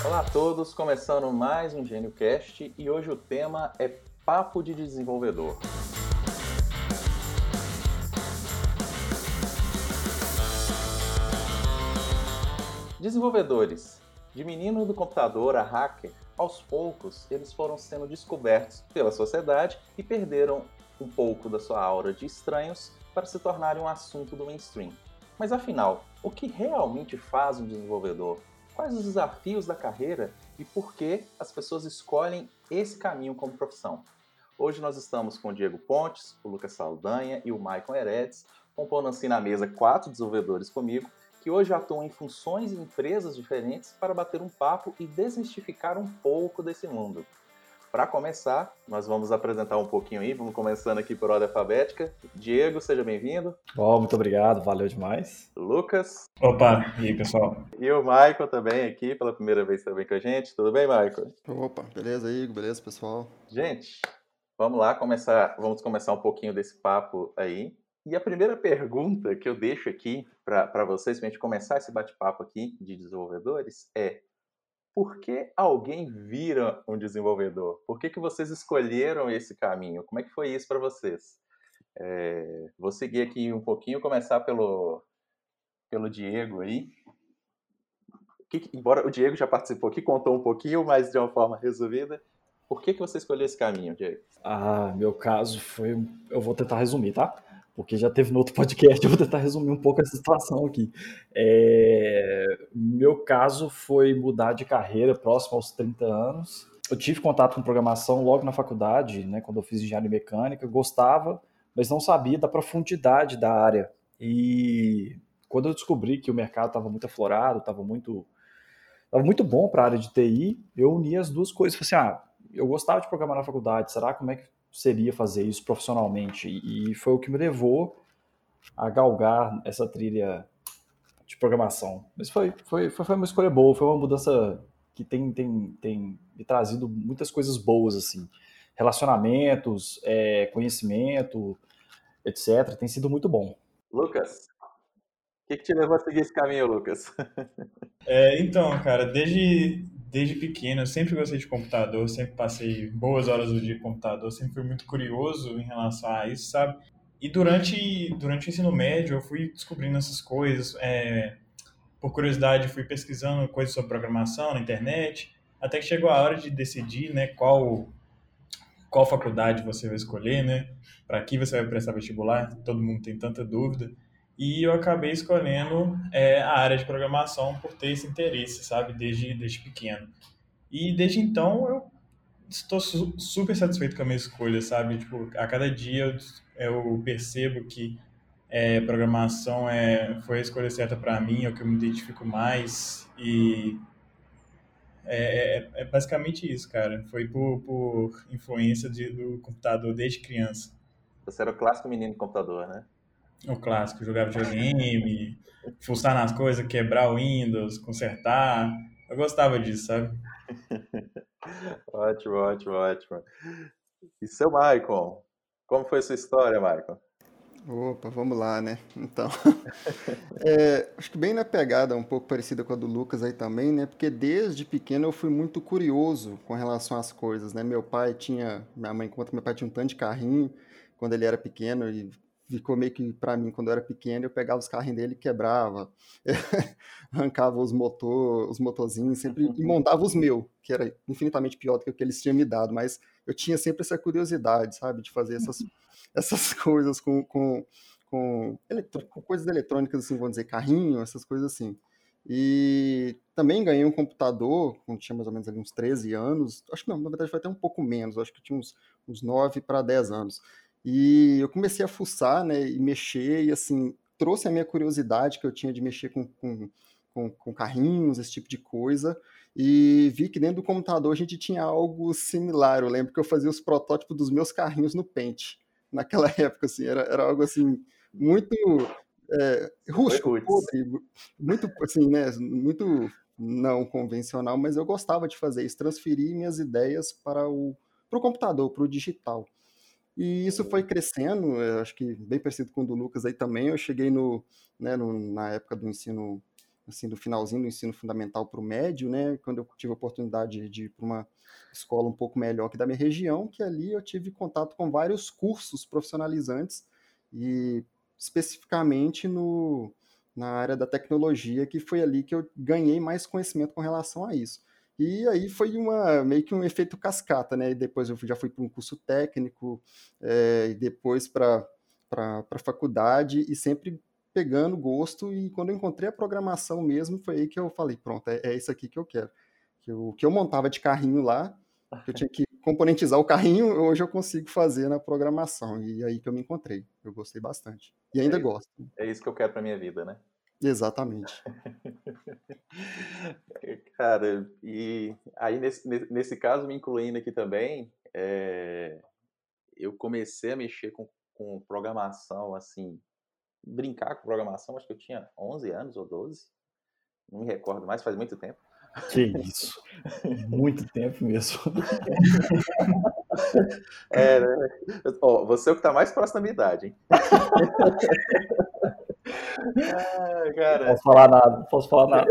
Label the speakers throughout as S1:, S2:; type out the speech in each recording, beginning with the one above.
S1: Olá a todos, começando mais um GênioCast e hoje o tema é Papo de Desenvolvedor. Desenvolvedores, de menino do computador a hacker, aos poucos eles foram sendo descobertos pela sociedade e perderam um pouco da sua aura de estranhos para se tornarem um assunto do mainstream. Mas afinal, o que realmente faz um desenvolvedor? Quais os desafios da carreira e por que as pessoas escolhem esse caminho como profissão? Hoje nós estamos com o Diego Pontes, o Lucas Saldanha e o Maicon Heredes, compondo assim na mesa 4 desenvolvedores comigo, que hoje atuam em funções e empresas diferentes para bater um papo e desmistificar um pouco desse mundo. Para começar, nós vamos apresentar um pouquinho aí, vamos começando aqui por ordem alfabética. Diego, seja bem-vindo.
S2: Muito obrigado, valeu demais.
S1: Lucas.
S3: Opa, e aí, pessoal?
S1: E o Maicon também aqui, pela primeira vez também com a gente. Tudo bem, Maicon?
S4: Opa, beleza, Igor? Beleza, pessoal?
S1: Gente, vamos lá vamos começar um pouquinho desse papo aí. E a primeira pergunta que eu deixo aqui para vocês, para a gente começar esse bate-papo aqui de desenvolvedores, é: por que alguém vira um desenvolvedor? Por que vocês escolheram esse caminho? Como é que foi isso para vocês? Vou seguir aqui um pouquinho, começar pelo Diego aí. Embora o Diego já participou aqui, contou um pouquinho, mas de uma forma resumida. Por que você escolheu esse caminho, Diego?
S2: Meu caso foi... Eu vou tentar resumir, tá? Porque já teve no outro podcast, eu vou tentar resumir um pouco essa situação aqui. Meu caso foi mudar de carreira próximo aos 30 anos. Eu tive contato com programação logo na faculdade, né, quando eu fiz engenharia mecânica, gostava, mas não sabia da profundidade da área. E quando eu descobri que o mercado estava muito aflorado, estava muito bom para a área de TI, eu uni as duas coisas. Falei assim, eu gostava de programar na faculdade, será como é que seria fazer isso profissionalmente? E foi o que me levou a galgar essa trilha de programação. Mas foi uma escolha boa, foi uma mudança que tem me trazido muitas coisas boas, assim. Relacionamentos, conhecimento, etc. Tem sido muito bom.
S1: Lucas, o que te levou a seguir esse caminho, Lucas?
S3: Então, cara, desde pequeno eu sempre gostei de computador, sempre passei boas horas do dia com computador, sempre fui muito curioso em relação a isso, sabe? E durante o ensino médio eu fui descobrindo essas coisas, por curiosidade fui pesquisando coisas sobre programação na internet, até que chegou a hora de decidir, né, qual faculdade você vai escolher, né? Para que você vai prestar vestibular? Todo mundo tem tanta dúvida. E eu acabei escolhendo a área de programação por ter esse interesse, sabe? Desde pequeno. E desde então eu estou super satisfeito com a minha escolha, sabe? Tipo, a cada dia eu percebo que programação foi a escolha certa para mim, é o que eu me identifico mais. E é basicamente isso, cara. Foi por influência do computador desde criança.
S1: Você era o clássico menino de computador, né?
S3: O clássico, jogar videogame, fuçar nas coisas, quebrar o Windows, consertar. Eu gostava disso, sabe?
S1: Ótimo, ótimo, ótimo. E seu Maicon? Como foi sua história, Maicon?
S4: Opa, vamos lá, né? Então, acho que bem na pegada, um pouco parecida com a do Lucas aí também, né? Porque desde pequeno eu fui muito curioso com relação às coisas, né? Minha mãe conta que meu pai tinha um tanto de carrinho quando ele era pequeno e ficou meio que pra mim, quando eu era pequeno, eu pegava os carrinhos dele e quebrava, arrancava os motorzinhos sempre e montava os meus, que era infinitamente pior do que o que eles tinham me dado, mas eu tinha sempre essa curiosidade, sabe? De fazer essas coisas com coisas eletrônicas, assim, vamos dizer, carrinho, essas coisas assim. E também ganhei um computador, quando tinha mais ou menos ali uns 13 anos, acho que não, na verdade foi até um pouco menos, acho que tinha uns 9 para 10 anos. E eu comecei a fuçar, né, e mexer, e assim, trouxe a minha curiosidade que eu tinha de mexer com carrinhos, esse tipo de coisa, e vi que dentro do computador a gente tinha algo similar. Eu lembro que eu fazia os protótipos dos meus carrinhos no Paint naquela época, assim, era algo assim, muito rústico,
S1: Roots.
S4: podre, muito assim, né, muito não convencional, mas eu gostava de fazer isso, transferir minhas ideias para o computador, para o digital. E isso foi crescendo, acho que bem parecido com o do Lucas aí também. Eu cheguei na época do ensino assim, do finalzinho do ensino fundamental para o médio, né, quando eu tive a oportunidade de ir para uma escola um pouco melhor que da minha região, que ali eu tive contato com vários cursos profissionalizantes e especificamente na área da tecnologia, que foi ali que eu ganhei mais conhecimento com relação a isso. E aí foi meio que um efeito cascata, né? E depois eu já fui para um curso técnico, e depois para a faculdade, e sempre pegando gosto, e quando eu encontrei a programação mesmo, foi aí que eu falei, pronto, é isso aqui que eu quero. O que eu montava de carrinho lá, que eu tinha que componentizar o carrinho, hoje eu consigo fazer na programação, e aí que eu me encontrei. Eu gostei bastante. E ainda gosto.
S1: É isso que eu quero pra minha vida, né?
S4: Exatamente.
S1: Cara, e aí nesse caso, me incluindo aqui também, eu comecei a mexer com programação, assim, brincar com programação, acho que eu tinha 11 anos ou 12, não me recordo mais, faz muito tempo.
S2: Que isso, muito tempo mesmo.
S1: Né? Você é o que tá mais próximo da minha idade, hein? Cara.
S2: Não posso falar nada.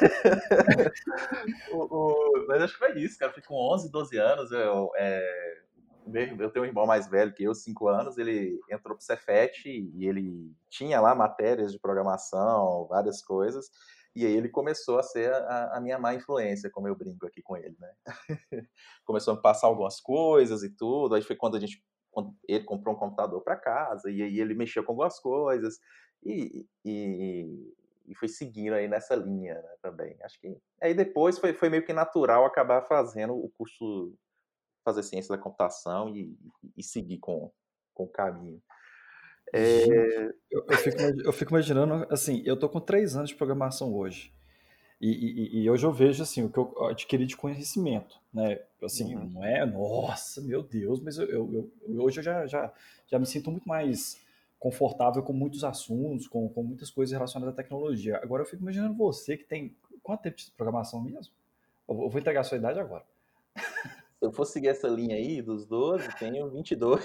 S1: Mas acho que foi isso, cara. Eu fui com 11, 12 anos. Eu tenho um irmão mais velho que eu, 5 anos. Ele entrou pro Cefet e ele tinha lá matérias de programação, várias coisas. E aí ele começou a ser a minha má influência, como eu brinco aqui com ele, né? Começou a me passar algumas coisas e tudo. Aí foi quando ele comprou um computador para casa, e aí ele mexeu com algumas coisas. E foi seguindo aí nessa linha, né, também. Acho que aí depois foi meio que natural acabar fazendo o curso, fazer ciência da computação e seguir com o caminho.
S2: Gente, eu fico imaginando, assim, eu tô com 3 anos de programação hoje. E hoje eu vejo, assim, o que eu adquiri de conhecimento, né? Assim, não é, nossa, meu Deus, mas hoje eu já me sinto muito mais confortável com muitos assuntos, com muitas coisas relacionadas à tecnologia. Agora eu fico imaginando você que tem... Quanto tempo de programação mesmo? Eu vou entregar a sua idade agora.
S1: Se eu for seguir essa linha aí, dos 12, tenho 22.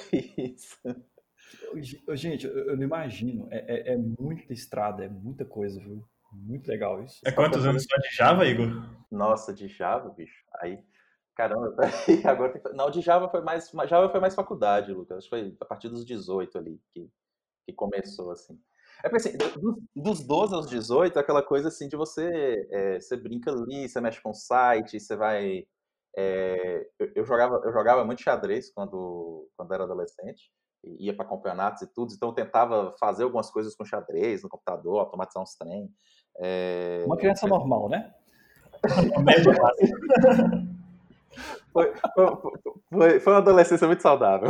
S2: Gente, eu não imagino. É muita estrada, é muita coisa, viu? Muito legal isso.
S3: É quantos anos só de Java, Igor?
S1: Nossa, de Java, bicho. Aí, caramba, agora não, de Java foi mais faculdade, Lucas. Acho que foi a partir dos 18 ali que começou, assim. É porque, assim, dos 12 aos 18, aquela coisa, assim, de você brinca ali, você mexe com o site, você vai... eu jogava muito xadrez quando era adolescente, ia para campeonatos e tudo, então eu tentava fazer algumas coisas com xadrez no computador, automatizar uns trem.
S2: Uma criança normal, né?
S3: Média básica.
S1: Foi uma adolescência muito saudável.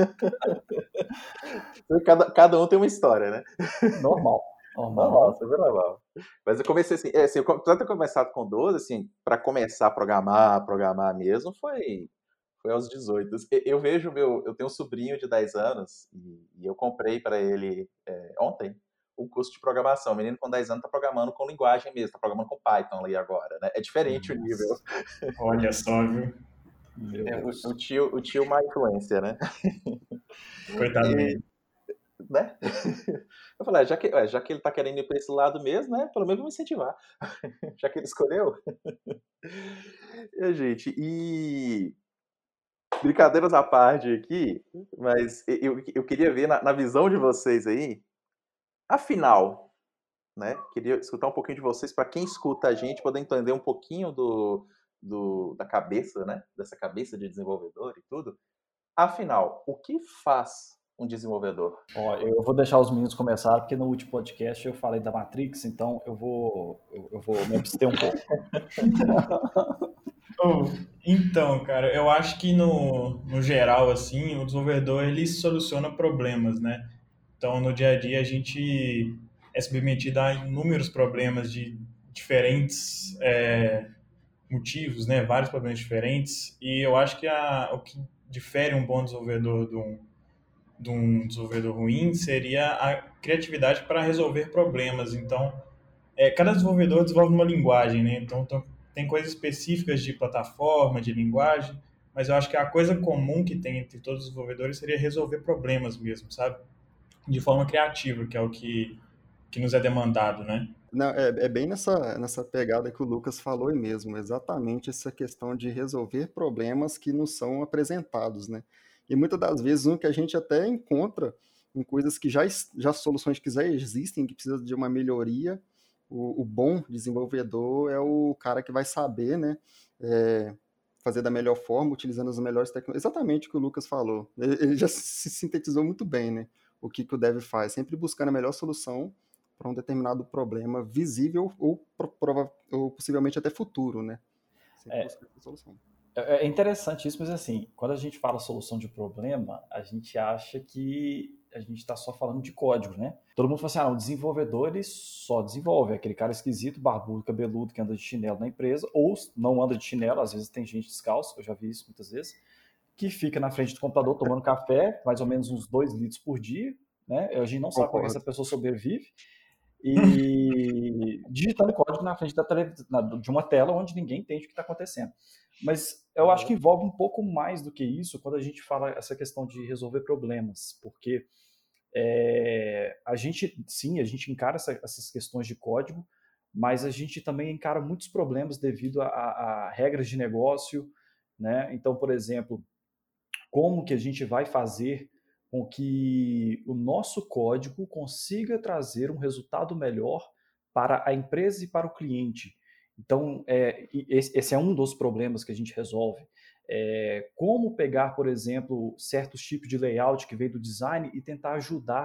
S1: Cada um tem uma história, né?
S2: Normal.
S1: Super normal. Mas eu comecei assim, eu tanto ter começado com 12, assim, para começar a programar mesmo, foi aos 18. Eu vejo eu tenho um sobrinho de 10 anos e eu comprei para ele ontem um curso de programação. O menino com 10 anos tá programando com linguagem mesmo, tá programando com Python ali agora, né? É diferente o nível.
S3: Olha só, viu?
S1: O tio má influência, né?
S3: Coitado dele.
S1: Né? Eu falei, já que ele tá querendo ir pra esse lado mesmo, né? Pelo menos vamos incentivar. Já que ele escolheu. Gente, e brincadeiras à parte aqui, mas eu queria ver na visão de vocês aí, afinal, né? Queria escutar um pouquinho de vocês, para quem escuta a gente, poder entender um pouquinho da cabeça, né? Dessa cabeça de desenvolvedor e tudo. Afinal, o que faz um desenvolvedor?
S2: Ó, eu vou deixar os meninos começar, porque no último podcast eu falei da Matrix, então eu vou me abster um pouco.
S3: Então, cara, eu acho que no geral, assim, o desenvolvedor, ele soluciona problemas, né? Então, no dia a dia, a gente é submetido a inúmeros problemas de diferentes motivos, né? Vários problemas diferentes. E eu acho que o que difere um bom desenvolvedor de um desenvolvedor ruim seria a criatividade para resolver problemas. Então, cada desenvolvedor desenvolve uma linguagem, né? Então, tem coisas específicas de plataforma, de linguagem, mas eu acho que a coisa comum que tem entre todos os desenvolvedores seria resolver problemas mesmo, sabe? De forma criativa, que é o que nos é demandado, né?
S4: Não, é bem nessa pegada que o Lucas falou aí mesmo, exatamente essa questão de resolver problemas que nos são apresentados, né? E muitas das vezes um que a gente até encontra em coisas que já soluções que já existem, que precisa de uma melhoria, o bom desenvolvedor é o cara que vai saber, né, é, fazer da melhor forma, utilizando as melhores tecnologias. Exatamente o que o Lucas falou. Ele já se sintetizou muito bem, né? O que o dev faz, sempre buscando a melhor solução para um determinado problema visível ou possivelmente até futuro, né? Sempre
S2: É,
S4: buscar essa solução.
S2: é interessante isso, mas assim, quando a gente fala solução de problema, a gente acha que a gente está só falando de código, né? Todo mundo fala assim, o desenvolvedor ele só desenvolve, é aquele cara esquisito, barbudo, cabeludo, que anda de chinelo na empresa, ou não anda de chinelo, às vezes tem gente descalço, eu já vi isso muitas vezes, que fica na frente do computador tomando café, mais ou menos uns 2 litros por dia, né? A gente não sabe como é que essa
S4: Concordo.
S2: pessoa sobrevive, e digitando código na frente de uma tela onde ninguém entende o que está acontecendo. Mas eu acho que envolve um pouco mais do que isso quando a gente fala essa questão de resolver problemas, porque a gente encara essas questões de código, mas a gente também encara muitos problemas devido a regras de negócio, né? Então, por exemplo, como que a gente vai fazer com que o nosso código consiga trazer um resultado melhor para a empresa e para o cliente. Então, esse é um dos problemas que a gente resolve. Como pegar, por exemplo, certos tipos de layout que veio do design e tentar ajudar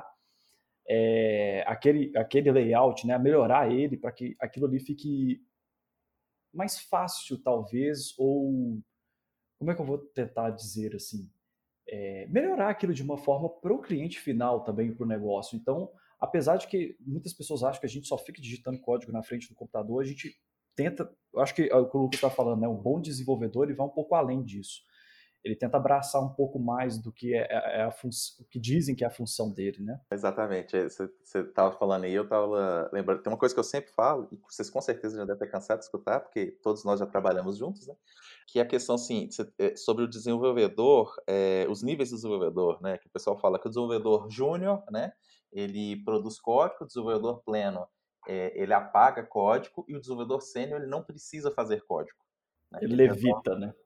S2: aquele layout, né, a melhorar ele para que aquilo ali fique mais fácil, talvez, ou como é que eu vou tentar dizer assim? Melhorar aquilo de uma forma para o cliente final também, para o negócio. Então, apesar de que muitas pessoas acham que a gente só fica digitando código na frente do computador, a gente tenta, eu acho que é o que o Lucas está falando, né? Um bom desenvolvedor ele vai um pouco além disso. Ele tenta abraçar um pouco mais do que o que dizem que é a função dele, né?
S1: Exatamente. Você estava falando aí, eu estava lembrando. Tem uma coisa que eu sempre falo, e vocês com certeza já devem ter cansado de escutar, porque todos nós já trabalhamos juntos, né? Que é a questão, assim, sobre o desenvolvedor, os níveis do desenvolvedor, né? Que o pessoal fala que o desenvolvedor júnior, né? Ele produz código, o desenvolvedor pleno, ele apaga código, e o desenvolvedor sênior, ele não precisa fazer código, né?
S2: Ele
S1: Ele resolve
S2: levita, né?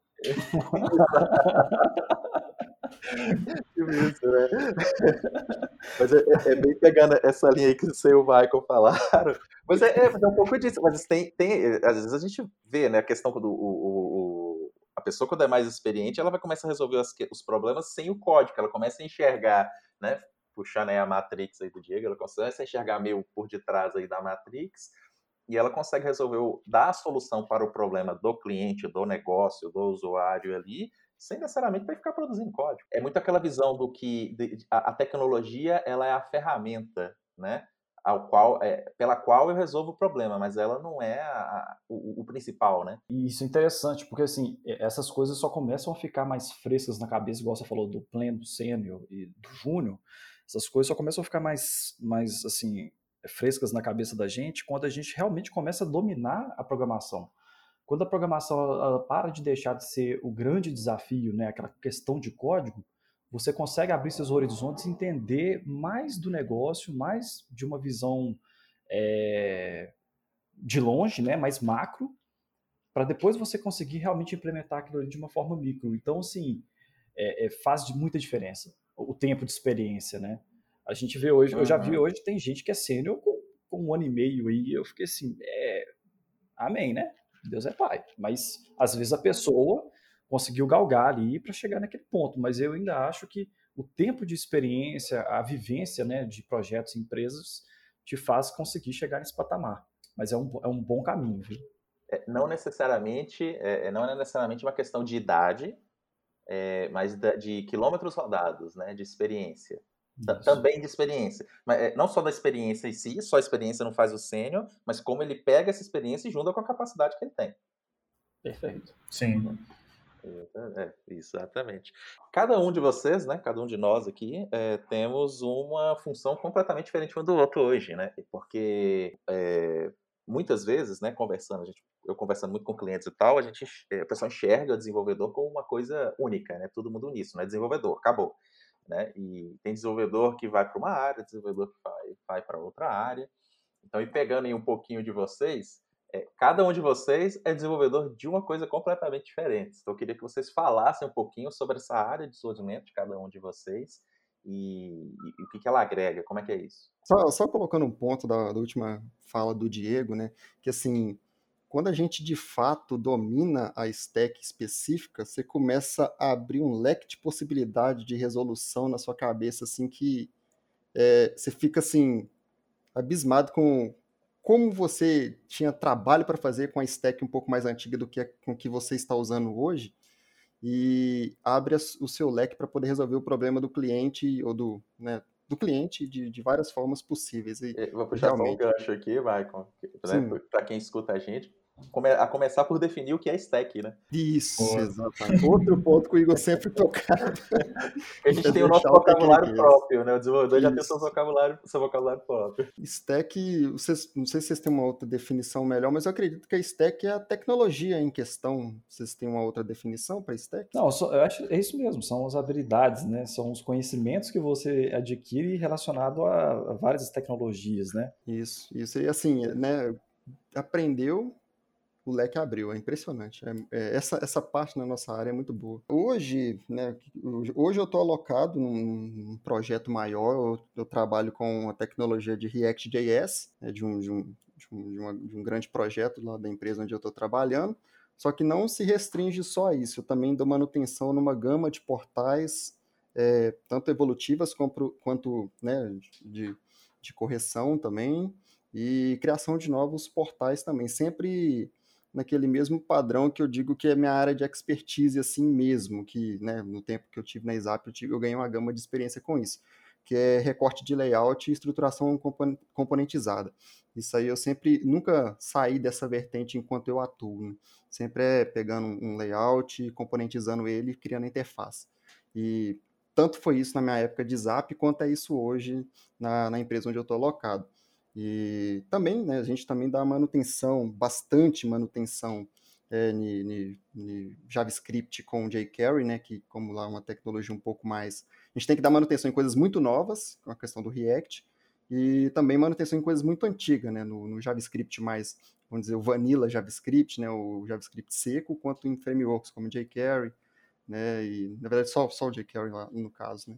S1: isso, né? Mas é bem pegando essa linha aí que você e o Michael falaram. Mas mas é um pouco disso. Mas às vezes a gente vê, né, a questão quando a pessoa, quando é mais experiente, ela vai começar a resolver os problemas sem o código. Ela começa a enxergar, né, puxando aí a Matrix aí do Diego, ela começa a enxergar meio por detrás aí da Matrix, e ela consegue resolver, dar a solução para o problema do cliente, do negócio, do usuário ali, sem necessariamente vai ficar produzindo código. É muito aquela visão do que a tecnologia ela é a ferramenta, né, pela qual eu resolvo o problema, mas ela não é o principal, né?
S2: E isso é interessante, porque assim, essas coisas só começam a ficar mais frescas na cabeça, igual você falou do pleno, do sênior e do júnior. Essas coisas só começam a ficar mais assim, frescas na cabeça da gente quando a gente realmente começa a dominar a programação. Quando a programação ela para de deixar de ser o grande desafio, né, aquela questão de código, você consegue abrir seus horizontes e entender mais do negócio, mais de uma visão de longe, né, mais macro, para depois você conseguir realmente implementar aquilo ali de uma forma micro. Então, assim, faz muita diferença o tempo de experiência, né? A gente vê hoje, eu já vi
S1: Uhum.
S2: hoje, tem gente que é sênior com 1 ano e meio aí, eu fiquei assim, amém, né? Deus é pai. Mas, às vezes, a pessoa conseguiu galgar ali para chegar naquele ponto, mas eu ainda acho que o tempo de experiência, a vivência, né, de projetos e empresas te faz conseguir chegar nesse patamar. Mas é um bom caminho, viu?
S1: Não é necessariamente uma questão de idade, mas de quilômetros rodados, né, de experiência.
S2: Isso.
S1: Também de experiência. Mas, não só da experiência em si, só a experiência não faz o sênior, mas como ele pega essa experiência e junta com a capacidade que ele tem.
S2: Perfeito.
S3: Sim.
S1: Exatamente. Cada um de vocês, né, cada um de nós aqui, temos uma função completamente diferente um do outro hoje, né? Porque muitas vezes, né, eu conversando muito com clientes e tal, o pessoal enxerga o desenvolvedor como uma coisa única, né? Todo mundo nisso, né? Desenvolvedor, acabou, né? E tem desenvolvedor que vai para uma área, desenvolvedor que vai para outra área. Então, e pegando aí um pouquinho de vocês, cada um de vocês é desenvolvedor de uma coisa completamente diferente. Então, eu queria que vocês falassem um pouquinho sobre essa área de desenvolvimento de cada um de vocês e o que ela agrega, como é que é isso?
S4: Só colocando um ponto da última fala do Diego, né? Que assim, quando a gente de fato domina a stack específica, você começa a abrir um leque de possibilidade de resolução na sua cabeça, assim, que você fica assim, abismado com como você tinha trabalho para fazer com a stack um pouco mais antiga do que com que você está usando hoje, e abre o seu leque para poder resolver o problema do cliente ou do cliente de várias formas possíveis. E
S1: Vou puxar só um
S4: realmente,
S1: gancho aqui, Maicon, né,
S4: sim,
S1: para quem escuta a gente, a começar por definir o que é stack, né?
S4: isso,
S3: Boa.
S4: exatamente. Outro ponto que o Igor sempre tocava.
S1: A gente
S4: é
S1: tem o nosso
S4: deixar o
S1: vocabulário
S4: tecniquez.
S1: próprio, né? O desenvolvedor já tem
S4: Isso.
S1: seu vocabulário próprio.
S4: Stack, não sei se vocês têm uma outra definição melhor, mas eu acredito que a stack é a tecnologia em questão. Vocês têm uma outra definição para stack?
S2: Não, eu acho é isso mesmo, são as habilidades, né? São os conhecimentos que você adquire relacionado a várias tecnologias, né?
S4: Isso. E assim, né? Aprendeu, o leque abriu, é impressionante. Essa parte na nossa área é muito boa. Hoje, né, hoje eu estou alocado num projeto maior, eu trabalho com a tecnologia de React.js, né, de um grande projeto lá da empresa onde eu estou trabalhando, só que não se restringe só a isso, eu também dou manutenção numa gama de portais, tanto evolutivas quanto né, de correção também, e criação de novos portais também, sempre naquele mesmo padrão que eu digo que é minha área de expertise assim mesmo, que né, no tempo que eu tive na Exap eu ganhei uma gama de experiência com isso, que é recorte de layout e estruturação componentizada. Isso aí eu nunca saí dessa vertente enquanto eu atuo, né? Sempre pegando um layout, componentizando ele e criando interface. E tanto foi isso na minha época de Zap, quanto é isso hoje na empresa onde eu estou alocado. E também, né, a gente também dá manutenção, bastante manutenção em JavaScript com jQuery, né, que como lá é uma tecnologia um pouco mais... A gente tem que dar manutenção em coisas muito novas, com a questão do React, e também manutenção em coisas muito antigas, né, no JavaScript mais, vamos dizer, o vanilla JavaScript, né, o JavaScript seco, quanto em frameworks como jQuery, né, e na verdade só o jQuery lá no caso, né.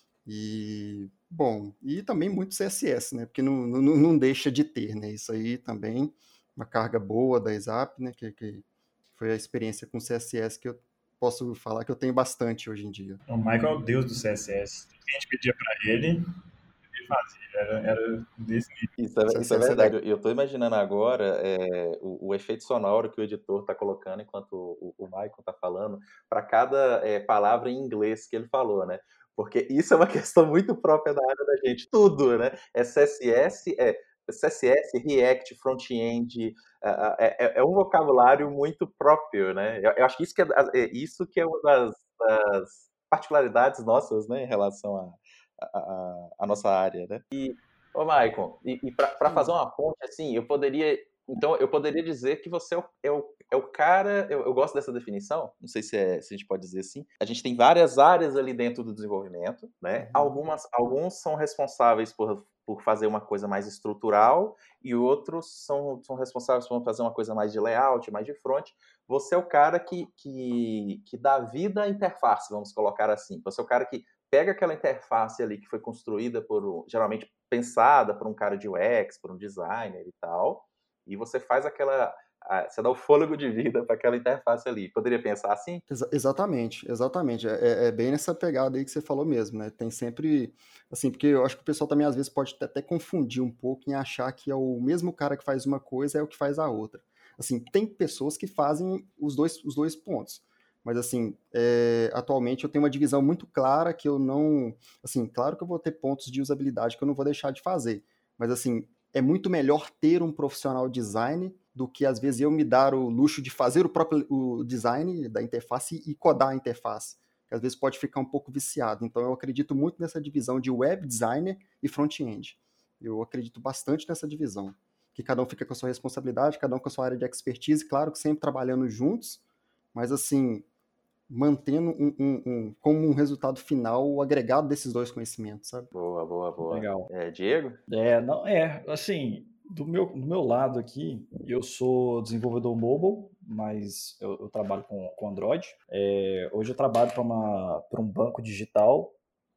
S4: E, bom, e também muito CSS, né? Porque não deixa de ter, né? Isso aí também, uma carga boa da Exap, né? Que foi a experiência com CSS que eu posso falar que eu tenho bastante hoje em dia.
S3: O Michael é o deus do CSS. Tudo que a gente pedia para ele fazia. Era desse nível.
S1: Isso é
S4: CSS
S1: verdade. Eu estou imaginando agora o efeito sonoro que o editor está colocando enquanto o Michael está falando para cada palavra em inglês que ele falou, né? Porque isso é uma questão muito própria da área da gente. Tudo, né? CSS, React, front-end, é um vocabulário muito próprio, né? Eu acho que isso que é uma das particularidades nossas, né, em relação à nossa área, né? Ô, Maicon, e para fazer uma ponte, assim, eu poderia dizer que você é o cara. Eu gosto dessa definição, não sei se a gente pode dizer assim. A gente tem várias áreas ali dentro do desenvolvimento, né? Alguns são responsáveis por fazer uma coisa mais estrutural e outros são responsáveis por fazer uma coisa mais de layout, mais de front. Você é o cara que dá vida à interface, vamos colocar assim. Você é o cara que pega aquela interface ali que foi construída geralmente pensada por um cara de UX, por um designer e tal, e você faz você dá o fôlego de vida para aquela interface ali. Poderia pensar assim?
S4: Exatamente. É bem nessa pegada aí que você falou mesmo, né? Tem sempre, assim, porque eu acho que o pessoal também às vezes pode até confundir um pouco em achar que é o mesmo cara que faz uma coisa é o que faz a outra. Assim, tem pessoas que fazem os dois pontos. Mas, assim, atualmente eu tenho uma divisão muito clara que eu não... Assim, claro que eu vou ter pontos de usabilidade que eu não vou deixar de fazer. Mas, assim, é muito melhor ter um profissional design do que, às vezes, eu me dar o luxo de fazer o design da interface e codar a interface, que às vezes pode ficar um pouco viciado. Então, eu acredito muito nessa divisão de web designer e front-end. Eu acredito bastante nessa divisão, que cada um fica com a sua responsabilidade, cada um com a sua área de expertise, claro que sempre trabalhando juntos, mas, assim, mantendo como um resultado final o agregado desses dois conhecimentos, sabe?
S1: Boa.
S2: Legal.
S1: Diego?
S2: Não, assim, Do meu lado aqui, eu sou desenvolvedor mobile, mas eu trabalho com Android. Hoje eu trabalho para um banco digital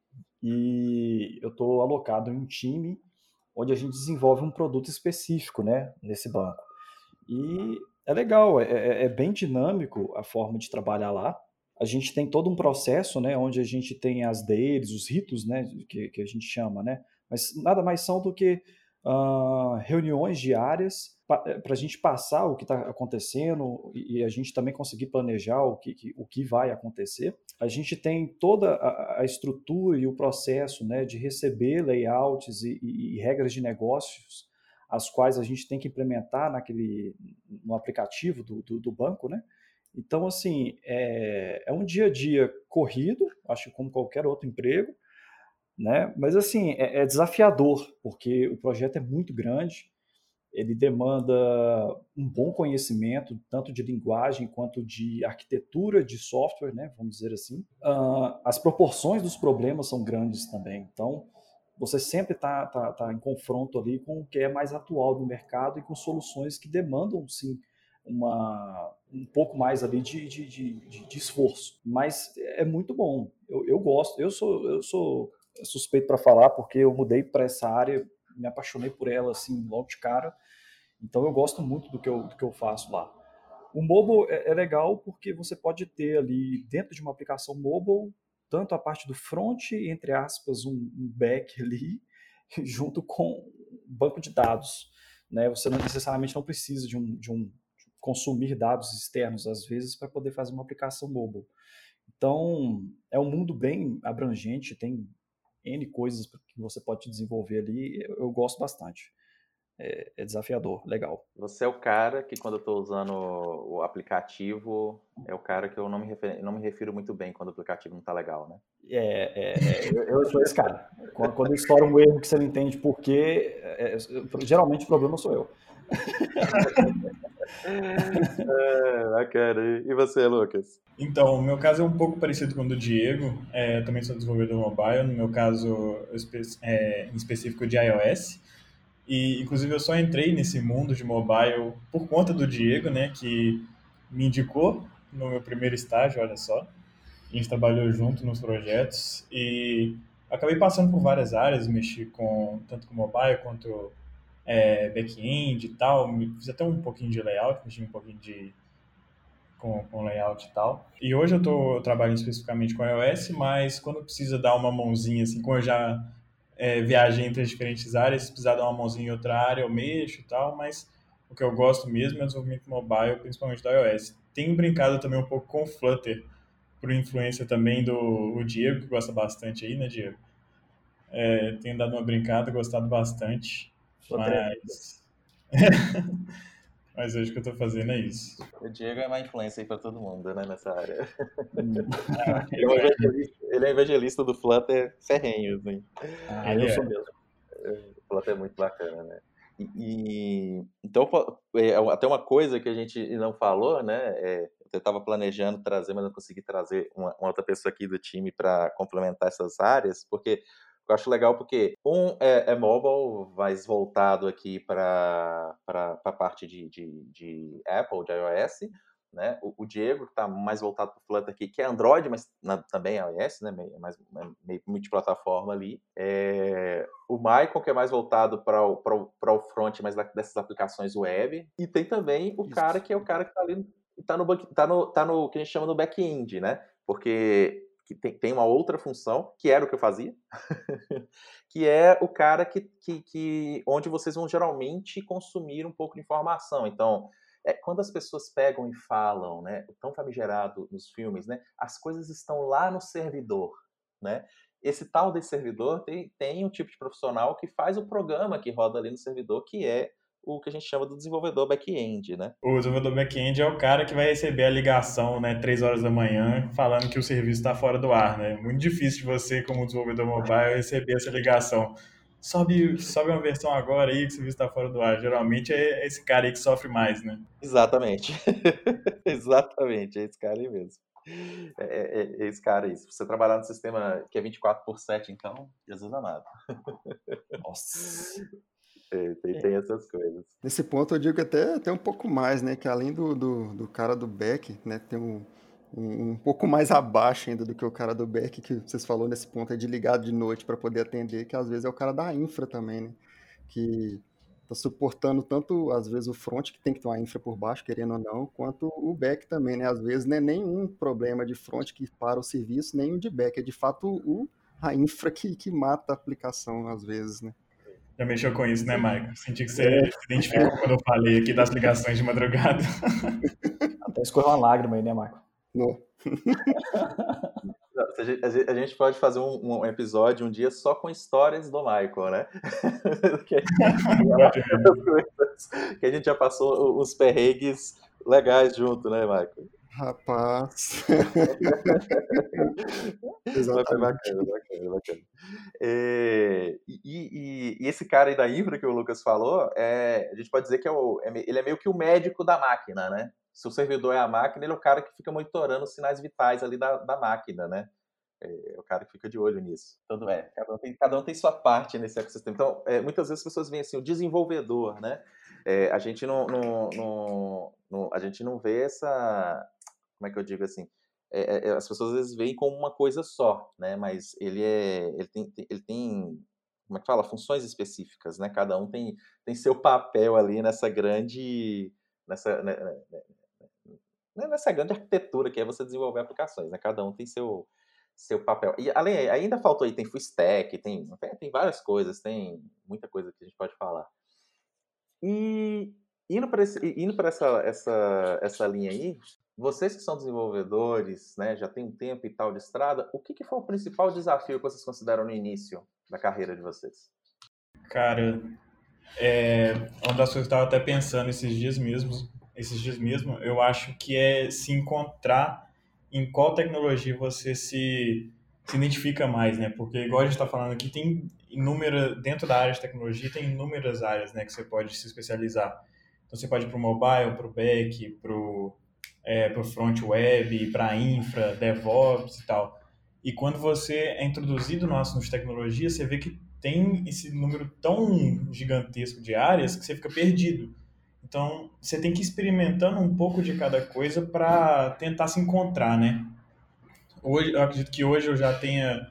S2: e eu estou alocado em um time onde a gente desenvolve um produto específico, né, nesse banco. E é legal, é bem dinâmico a forma de trabalhar lá. A gente tem todo um processo, né, onde a gente tem as dailies, os ritos, né, que a gente chama, né, mas nada mais são do que reuniões diárias para a gente passar o que está acontecendo e a gente também conseguir planejar o que vai acontecer. A gente tem toda a estrutura e o processo, né, de receber layouts e regras de negócios as quais a gente tem que implementar no aplicativo do banco, né? Então, assim, é um dia a dia corrido, acho que como qualquer outro emprego, né? Mas, assim, é desafiador, porque o projeto é muito grande, ele demanda um bom conhecimento, tanto de linguagem quanto de arquitetura de software, né? Vamos dizer assim. As proporções dos problemas são grandes também, então você sempre tá em confronto ali com o que é mais atual do mercado e com soluções que demandam, sim, um pouco mais ali de esforço. Mas é muito bom. Eu gosto. Eu sou suspeito para falar porque eu mudei para essa área, me apaixonei por ela assim logo de cara. Então eu gosto muito do que eu faço lá. O mobile é legal porque você pode ter ali dentro de uma aplicação mobile tanto a parte do front, entre aspas, um back ali, junto com um banco de dados. Né? Você não necessariamente não precisa de consumir dados externos, às vezes, para poder fazer uma aplicação mobile. Então, é um mundo bem abrangente, tem N coisas que você pode desenvolver ali, eu gosto bastante. É desafiador, legal.
S1: Você é o cara que, quando eu estou usando o aplicativo, é o cara que eu não me refiro muito bem quando o aplicativo não está legal, né?
S2: Eu sou esse cara. Quando estoura um erro que você não entende por quê, geralmente o problema sou eu.
S1: Bacana. E você, Lucas?
S3: Então, o meu caso é um pouco parecido com o do Diego. Eu também sou desenvolvedor mobile, no meu caso em específico de iOS. E, inclusive, eu só entrei nesse mundo de mobile por conta do Diego, né, que me indicou no meu primeiro estágio, olha só. A gente trabalhou junto nos projetos e acabei passando por várias áreas, mexi tanto com mobile quanto back-end e tal. Fiz até um pouquinho de layout, mexi um pouquinho com layout e tal. E hoje eu trabalho especificamente com iOS, mas quando precisa dar uma mãozinha, assim, como eu já viajei entre as diferentes áreas, se precisar dar uma mãozinha em outra área, eu mexo e tal, mas o que eu gosto mesmo é o desenvolvimento mobile, principalmente do iOS. Tenho brincado também um pouco com o Flutter, por influência também do o Diego, que gosta bastante aí, né, Diego? Tenho dado uma brincada, gostado bastante,
S2: Flutter é lindo.
S3: mas, mas hoje o que eu tô fazendo é isso.
S1: O Diego é uma influência aí para todo mundo, né, nessa área.
S2: Hum.
S1: Ele é um evangelista do Flutter ferrenho, assim.
S2: Eu
S3: Ele
S2: sou
S3: é.
S2: mesmo.
S1: O Flutter é muito bacana, né? Então, até uma coisa que a gente não falou, né? Eu estava planejando trazer, mas não consegui trazer uma outra pessoa aqui do time para complementar essas áreas, porque eu acho legal porque é mobile, mais voltado aqui para a parte de Apple, de iOS, né? O Diego está mais voltado para o Flutter aqui, que é Android, mas também é iOS, né? Meio multiplataforma ali. O Maicon, que é mais voltado para o front, mas dessas aplicações web. E tem também o cara que é o cara que está ali, tá no que a gente chama no back-end, né? Porque tem uma outra função, que era o que eu fazia, que é o cara onde vocês vão geralmente consumir um pouco de informação. Então, quando as pessoas pegam e falam, né, tão famigerado nos filmes, né, as coisas estão lá no servidor, né? Esse tal desse servidor tem um tipo de profissional que faz o programa que roda ali no servidor, que é o que a gente chama do desenvolvedor back-end, né?
S3: O desenvolvedor back-end é o cara que vai receber a ligação, né, 3 horas da manhã, falando que o serviço está fora do ar, né? Muito difícil de você, como desenvolvedor mobile, receber essa ligação. Sobe uma versão agora aí que o serviço está fora do ar. Geralmente é esse cara aí que sofre mais, né?
S1: Exatamente. Exatamente, é esse cara aí mesmo. É esse cara aí. Se você trabalhar no sistema que é 24/7, então, Jesus amado.
S2: Nossa.
S1: Tem essas coisas.
S4: Nesse ponto eu digo até um pouco mais, né? Que além do cara do back, né? Tem um pouco mais abaixo ainda do que o cara do back, que vocês falaram nesse ponto aí de ligar de noite para poder atender, que às vezes é o cara da infra também, né? Que tá suportando tanto, às vezes, o front, que tem que ter uma infra por baixo, querendo ou não, quanto o back também, né? Às vezes não é nenhum problema de front que para o serviço, nem o de back. É de fato a infra que mata a aplicação, às vezes, né?
S3: Já mexeu com isso, né, Michael? Senti que você se identificou quando eu falei aqui das ligações de madrugada.
S2: Até escorreu uma lágrima aí, né, Marco?
S4: No-
S1: A gente pode fazer um episódio um dia só com histórias do Michael, né? que,
S3: Pode mesmo.
S1: que a gente já passou os perrengues legais junto, né, Michael?
S4: Rapaz.
S1: Mas foi
S4: Exatamente.
S1: bacana. E esse cara aí da infra que o Lucas falou, a gente pode dizer que ele é meio que o médico da máquina, né? Se o servidor é a máquina, ele é o cara que fica monitorando os sinais vitais ali da máquina, né? É o cara que fica de olho nisso. Então, cada um tem sua parte nesse ecossistema. Então, muitas vezes as pessoas veem assim, o desenvolvedor, né? A gente a gente não vê essa... Como é que eu digo assim? As pessoas às vezes veem como uma coisa só, né? Mas ele tem, como é que fala? Funções específicas, né? Cada um tem seu papel ali nessa, né, nessa grande arquitetura que é você desenvolver aplicações, né? Cada um tem seu papel. E ainda faltou aí, tem full stack, tem várias coisas, tem muita coisa que a gente pode falar. E indo para essa linha aí, vocês que são desenvolvedores, né, já tem um tempo e tal de estrada, o que foi o principal desafio que vocês consideram no início da carreira de vocês?
S3: Cara, uma das coisas que eu estava até pensando esses dias mesmo, eu acho que é se encontrar em qual tecnologia você se identifica mais, né? Porque igual a gente está falando aqui, dentro da área de tecnologia, tem inúmeras áreas, né, que você pode se especializar. Então você pode ir para o mobile, para o back, para o front web, para a infra, DevOps e tal. E quando você é introduzido no assunto de tecnologia, você vê que tem esse número tão gigantesco de áreas que você fica perdido. Então, você tem que ir experimentando um pouco de cada coisa para tentar se encontrar, né? Hoje, eu acredito que hoje eu já tenha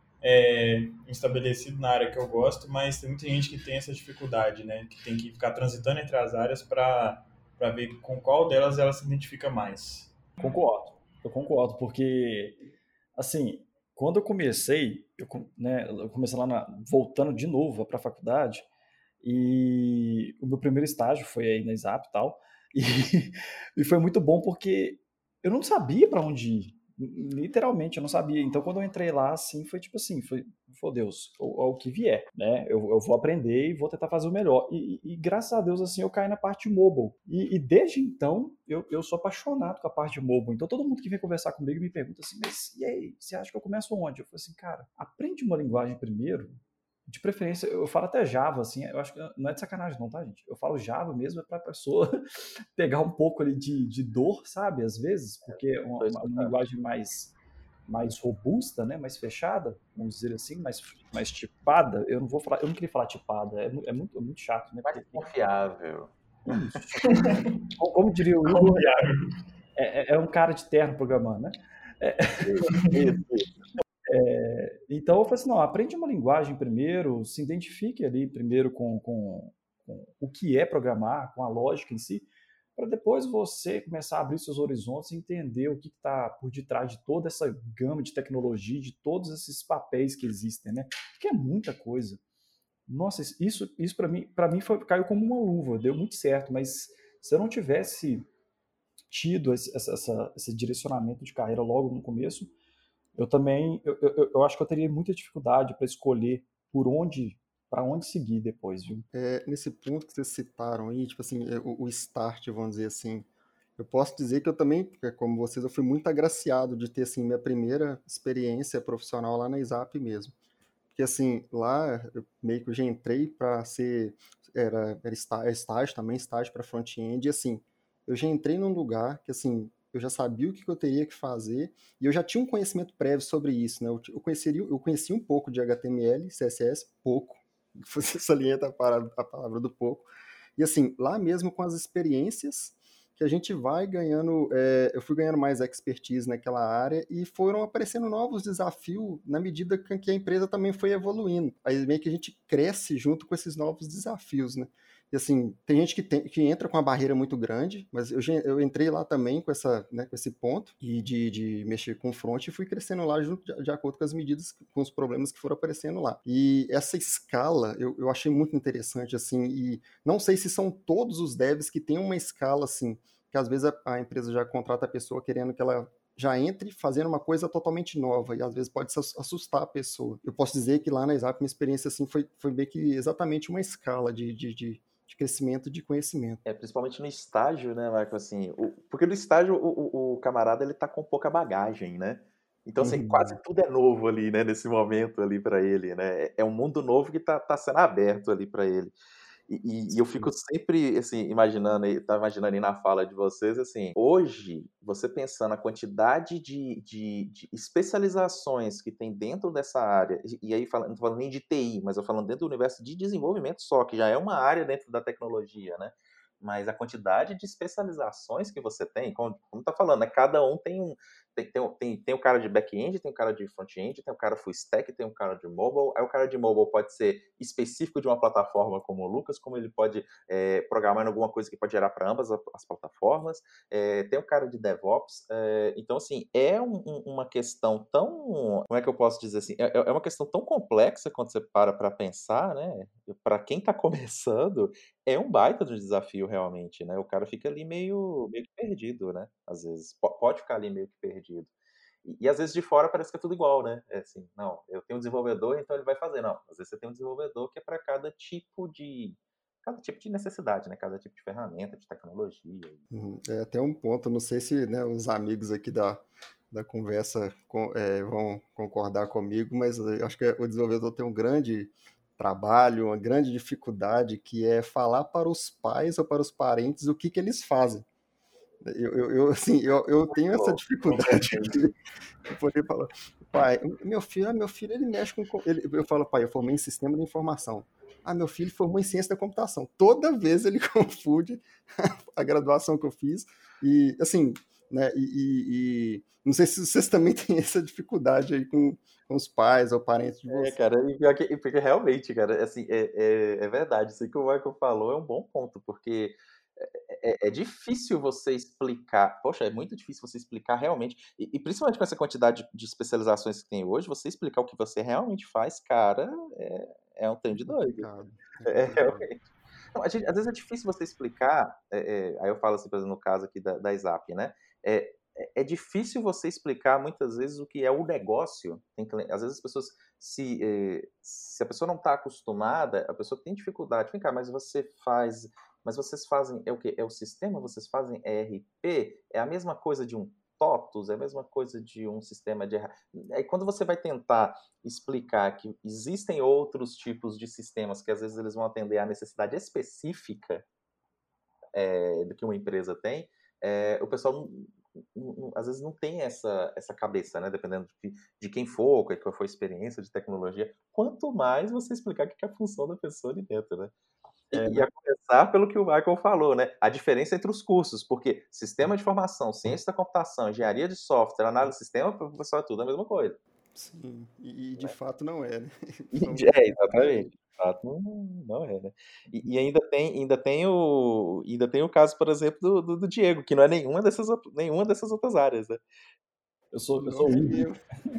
S3: estabelecido na área que eu gosto, mas tem muita gente que tem essa dificuldade, né? Que tem que ficar transitando entre as áreas para ver com qual delas ela se identifica mais.
S2: Eu concordo, porque, assim, quando eu comecei, eu comecei voltando de novo para a faculdade, e o meu primeiro estágio foi aí na Exap e tal, e, e foi muito bom porque eu não sabia para onde ir, literalmente, eu não sabia. Então, quando eu entrei lá, assim, foi tipo assim, foi Deus, o que vier, né? Eu vou aprender e vou tentar fazer o melhor. E graças a Deus, assim, eu caí na parte mobile. E desde então, eu sou apaixonado com a parte mobile. Então, todo mundo que vem conversar comigo me pergunta assim, mas e aí, você acha que eu começo onde? Eu falo assim, cara, aprende uma linguagem primeiro. De preferência, eu falo até Java, assim, eu acho que não é de sacanagem não, tá, gente? Eu falo Java mesmo, é pra pessoa pegar um pouco ali de dor, sabe, às vezes, porque é uma linguagem mais robusta, né, mais fechada, vamos dizer assim, mais tipada. Eu não queria falar tipada, é muito chato, né?
S1: Mais confiável.
S2: Isso. Como diria o Igor, é um cara de terno programando, né?
S1: Isso.
S2: Então eu falei assim, não, aprende uma linguagem primeiro, se identifique ali primeiro com o que é programar, com a lógica em si, para depois você começar a abrir seus horizontes e entender o que está por detrás de toda essa gama de tecnologia, de todos esses papéis que existem, né? Que é muita coisa. Nossa, isso para mim caiu como uma luva, deu muito certo, mas se eu não tivesse tido esse direcionamento de carreira logo no começo, eu também, eu acho que eu teria muita dificuldade para escolher para onde seguir depois, viu?
S4: Nesse ponto que vocês citaram aí, tipo assim, o start, vamos dizer assim, eu posso dizer que eu também, como vocês, eu fui muito agraciado de ter, assim, minha primeira experiência profissional lá na Exap mesmo. Porque, assim, lá eu meio que eu já entrei para ser, era estágio também, estágio para front-end, e assim, eu já entrei num lugar que, assim, eu já sabia o que eu teria que fazer, e eu já tinha um conhecimento prévio sobre isso, né? Eu conhecia um pouco de HTML, CSS, pouco, Você salienta a palavra do pouco. E assim, lá mesmo com as experiências que a gente vai ganhando, eu fui ganhando mais expertise naquela área e foram aparecendo novos desafios na medida que a empresa também foi evoluindo. Aí meio que a gente cresce junto com esses novos desafios, né? E assim, tem gente que entra com uma barreira muito grande, mas eu entrei lá também com né, com esse ponto e de mexer com front e fui crescendo lá junto de acordo com as medidas, com os problemas que foram aparecendo lá. E essa escala eu achei muito interessante, assim, e não sei se são todos os devs que têm uma escala assim, que às vezes a empresa já contrata a pessoa querendo que ela já entre fazendo uma coisa totalmente nova e às vezes pode assustar a pessoa. Eu posso dizer que lá na Exap minha experiência assim foi meio que exatamente uma escala de crescimento de conhecimento.
S1: Principalmente no estágio, né, Marco, assim, porque no estágio o camarada ele tá com pouca bagagem, né? Então, assim, quase tudo é novo ali, né, nesse momento ali para ele, né? É um mundo novo que tá sendo aberto ali para ele. E eu fico sempre, assim, imaginando aí na fala de vocês, assim, hoje, você pensando a quantidade de especializações que tem dentro dessa área, e aí não tô falando nem de TI, mas eu falando dentro do universo de desenvolvimento só, que já é uma área dentro da tecnologia, né? Mas a quantidade de especializações que você tem, como tá falando, né? Cada um tem o cara de back-end, tem o cara de front-end, tem o cara full stack, tem o cara de mobile. Aí o cara de mobile pode ser específico de uma plataforma como o Lucas, como ele pode programar em alguma coisa que pode gerar para ambas as plataformas. Tem o cara de DevOps. Então, assim, uma questão tão... Como é que eu posso dizer assim? É uma questão tão complexa quando você para pensar, né? Para quem está começando, é um baita de desafio realmente, né? O cara fica ali meio que perdido, né? Às vezes. Pode ficar ali meio que perdido. E às vezes de fora parece que é tudo igual, né? É assim, não, eu tenho um desenvolvedor, então ele vai fazer. Não, às vezes você tem um desenvolvedor que é para cada tipo de necessidade, né? Cada tipo de ferramenta, de tecnologia.
S4: É até um ponto, não sei se, né, os amigos aqui da conversa vão concordar comigo, mas eu acho que o desenvolvedor tem um grande trabalho, uma grande dificuldade, que é falar para os pais ou para os parentes o que eles fazem. Assim, eu tenho essa dificuldade aqui de poder falar, pai, meu filho ele mexe com... eu falo, pai, eu formei em sistema de informação. Ah, meu filho formou em ciência da computação. Toda vez ele confunde a graduação que eu fiz. E, assim, né, e não sei se vocês também têm essa dificuldade aí com os pais ou parentes de vocês.
S1: Cara, porque realmente, cara, assim, é verdade. Isso que o Michael falou é um bom ponto, porque é difícil você explicar. Poxa, é muito difícil você explicar realmente. E principalmente com essa quantidade de especializações que tem hoje, você explicar o que você realmente faz, cara, é um trem de doido.
S4: Complicado.
S1: Realmente. Não, às vezes é difícil você explicar. Aí eu falo assim, por exemplo, no caso aqui da Exap, né? É difícil você explicar muitas vezes o que é o negócio. Às vezes as pessoas, se a pessoa não está acostumada, a pessoa tem dificuldade. Vem cá, mas vocês fazem, é o quê? É o sistema? Vocês fazem ERP? É a mesma coisa de um TOTUS? É a mesma coisa de um sistema de... Aí quando você vai tentar explicar que existem outros tipos de sistemas que às vezes eles vão atender à necessidade específica do que uma empresa tem, o pessoal às vezes não tem essa cabeça, né? Dependendo de quem for, qual foi a experiência de tecnologia. Quanto mais você explicar o que é a função da pessoa ali dentro, né? E a começar pelo que o Michael falou, né? A diferença entre os cursos, porque sistema de informação, ciência da computação, engenharia de software, análise de sistema, para o pessoal é tudo a mesma coisa.
S4: Sim, e de fato não é, né?
S1: Exatamente. De fato, não é, né? E ainda tem o caso, por exemplo, do Diego, que não é nenhuma dessas outras áreas, né?
S2: Eu sou
S4: Não,
S2: híbrido.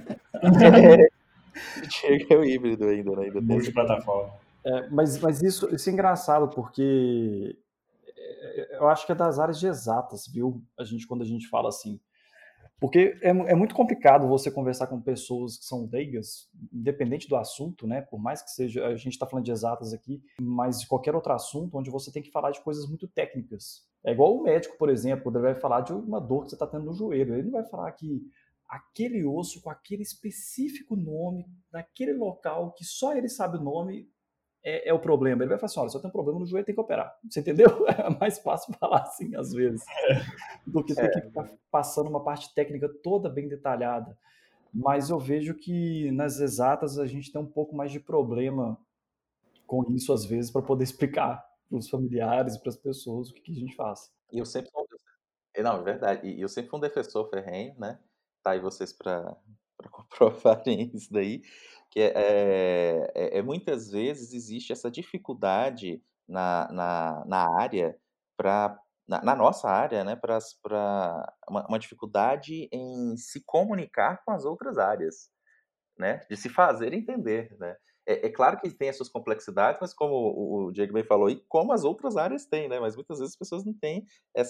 S1: O Diego é o híbrido ainda, né? Ainda tem
S3: Multiplataforma.
S2: Mas isso é engraçado, porque eu acho que é das áreas de exatas, viu? Quando a gente fala assim. Porque é muito complicado você conversar com pessoas que são leigas, independente do assunto, né? Por mais que seja, a gente está falando de exatas aqui, mas de qualquer outro assunto onde você tem que falar de coisas muito técnicas. É igual o médico, por exemplo, ele vai falar de uma dor que você está tendo no joelho. Ele não vai falar que aquele osso com aquele específico nome, naquele local que só ele sabe o nome, é o problema. Ele vai falar assim, olha, só tem um problema no joelho, tem que operar. Você entendeu? É mais fácil falar assim, às vezes, do que ter que ficar passando uma parte técnica toda bem detalhada. Mas eu vejo que nas exatas a gente tem um pouco mais de problema com isso, às vezes, para poder explicar para os familiares e para as pessoas o que a gente faz.
S1: E eu sempre não, é verdade. E eu sempre fui um defensor ferrenho, né, tá aí vocês para comprovarem isso daí, que muitas vezes existe essa dificuldade na área para na nossa área, né, pra uma dificuldade em se comunicar com as outras áreas, né, de se fazer entender, né. É claro que tem as suas complexidades, mas como o Diego bem falou, e como as outras áreas têm, né, mas muitas vezes as pessoas não têm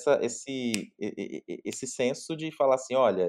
S1: esse senso de falar assim: "Olha,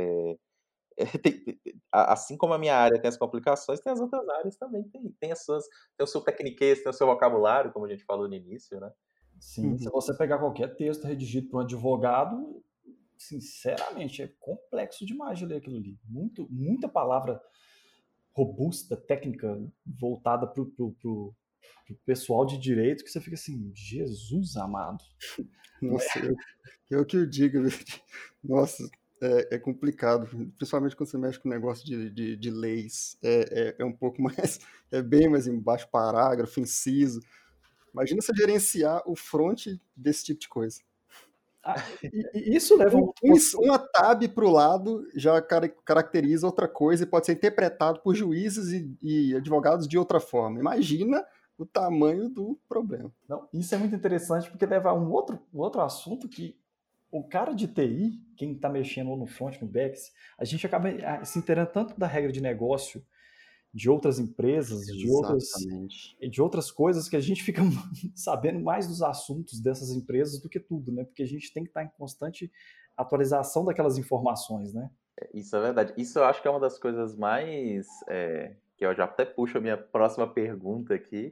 S1: assim como a minha área tem as complicações, tem as outras áreas também, tem as suas tem o seu tecniquez, tem o seu vocabulário", como a gente falou no início, né.
S2: Sim, se você pegar qualquer texto redigido por um advogado, sinceramente, é complexo demais de ler aquilo ali. Muita palavra robusta, técnica, voltada para o pessoal de direito, que você fica assim, Jesus amado.
S4: Nossa, eu que o digo. Nossa, é complicado, principalmente quando você mexe com negócio de leis. É um pouco mais, é bem mais embaixo, parágrafo, inciso. Imagina você gerenciar o front desse tipo de coisa.
S2: E isso leva
S4: Uma tab para o lado já caracteriza outra coisa e pode ser interpretado por juízes e advogados de outra forma. Imagina o tamanho do problema.
S2: Não, isso é muito interessante porque leva a um outro assunto que o cara de TI, quem está mexendo no front, no back, a gente acaba se inteirando tanto da regra de negócio de outras empresas, de outras coisas, que a gente fica sabendo mais dos assuntos dessas empresas do que tudo, né? Porque a gente tem que estar em constante atualização daquelas informações, né?
S1: Isso é verdade. Isso eu acho que é uma das coisas mais, que eu já até puxo a minha próxima pergunta aqui,